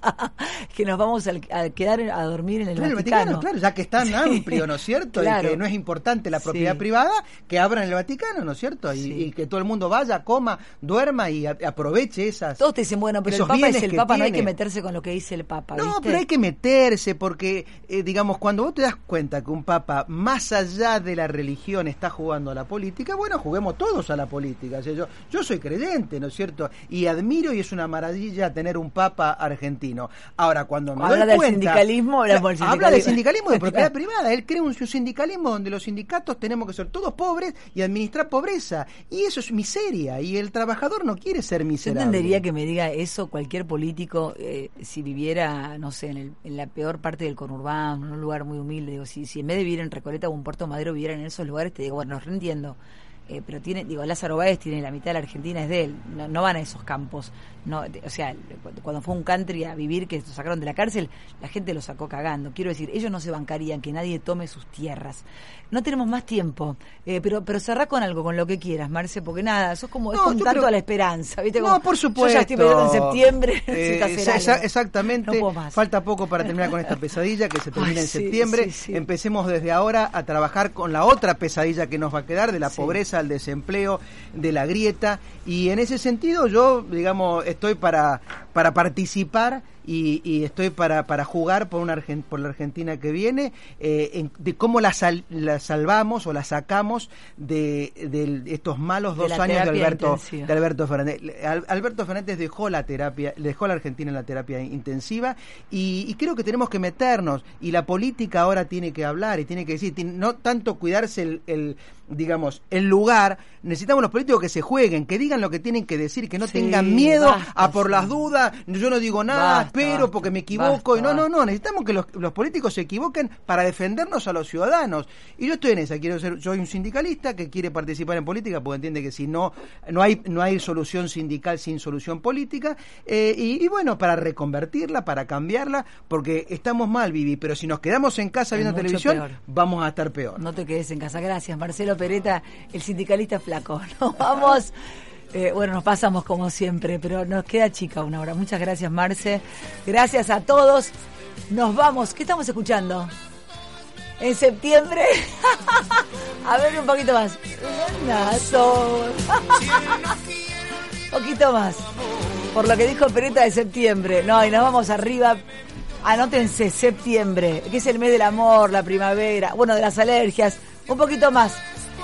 que nos vamos a, a quedar a dormir en el Claro, el Vaticano. Vaticano, claro, ya que es tan Sí. amplio, ¿no es cierto? Claro. Y que no es importante la propiedad Sí. privada, que abran el Vaticano, ¿no es cierto? Y, Sí. y que todo el mundo vaya, coma, duerma y a- aproveche esas. Todos te dicen, bueno, pero el esos Papa es bienes el que Papa, no hay tiene. que meterse con lo que dice el Papa, No, ¿viste? pero hay que meterse porque, eh, digamos, cuando vos te das cuenta que un papa, más allá de la religión, está jugando a la política, bueno, juguemos todos a la política. O sea, yo, yo soy creyente, ¿no es cierto? Y admiro y es una maravilla tener un papa argentino. Ahora, cuando me Habla doy del cuenta... sindicalismo, hablamos del Habla del sindicalismo. sindicalismo de propiedad privada. Él crea un, un sindicalismo donde los sindicatos tenemos que ser todos pobres y administrar pobreza. Y eso es miseria. Y el trabajador no quiere ser Yo miserable. entendería que me diga eso cualquier político eh, si viviera, no sé, en, el, en la peor parte del conurbano, en un lugar muy humilde. Digo, si, si en vez de vivir en Recoleta o en Puerto Madero vivieran en esos lugares, te digo, bueno, los reentiendo. Eh, pero tiene, digo, Lázaro Báez tiene la mitad de la Argentina, es de él. No, no van a esos campos. No, de- o sea, cuando fue un country a vivir, que lo sacaron de la cárcel, la gente lo sacó cagando. Quiero decir, ellos no se bancarían que nadie tome sus tierras. No tenemos más tiempo, eh, pero pero cerrá con algo, con lo que quieras, Marce, porque nada, sos como, es No, con yo tanto creo- a la esperanza, ¿viste? No, Como, por supuesto. Yo ya estoy pensando en septiembre. Eh, necesito hacer exa- exa- algo. exactamente. No puedo más. Falta poco para terminar con esta pesadilla que se termina Ay, en sí, septiembre. sí, sí. Empecemos desde ahora a trabajar con la otra pesadilla que nos va a quedar, de la Sí. pobreza, el desempleo, de la grieta. Y en ese sentido yo, digamos, estoy para para participar y, y estoy para, para jugar por una Argen- por la Argentina que viene, eh, en, de cómo la, sal- la salvamos o la sacamos de, de estos malos dos de años de Alberto, intensiva. de Alberto Fernández. Al- Alberto Fernández dejó la terapia, dejó a la Argentina en la terapia intensiva y, y creo que tenemos que meternos, y la política ahora tiene que hablar y tiene que decir, tiene, no tanto cuidarse el, el digamos, el lugar. Necesitamos los políticos que se jueguen, que digan lo que tienen que decir, que no Sí, tengan miedo basta, a por sí. las dudas, yo no digo nada, Basta, pero basta, porque me equivoco, basta, y no, no, basta. no, necesitamos que los, los políticos se equivoquen para defendernos a los ciudadanos. Y yo estoy en esa, quiero ser, soy un sindicalista que quiere participar en política porque entiende que si no, no hay, no hay solución sindical sin solución política, eh, y, y bueno, para reconvertirla, para cambiarla, porque estamos mal, Vivi, pero si nos quedamos en casa Es viendo mucho televisión, peor. vamos a estar peor. No te quedes en casa. Gracias, Marcelo Peretta, el sindicalista flaco. Nos vamos. Eh, bueno, nos pasamos como siempre, pero nos queda chica una hora. Muchas gracias, Marce. Gracias a todos. Nos vamos. ¿Qué estamos escuchando? En septiembre. A ver, un poquito más. Nazo. Poquito más. Por lo que dijo Peretta de septiembre. No, y nos vamos arriba. Anótense, septiembre, que es el mes del amor, la primavera, bueno, de las alergias. Un poquito más.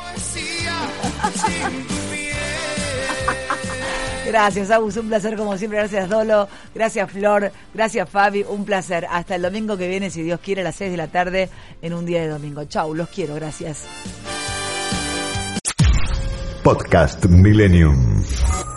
Gracias, Agus, un placer como siempre. Gracias, Dolo. Gracias, Flor. Gracias, Fabi. Un placer. Hasta el domingo que viene, si Dios quiere, a las seis de la tarde, en un día de domingo. Chau, los quiero. Gracias. Podcast Millennium.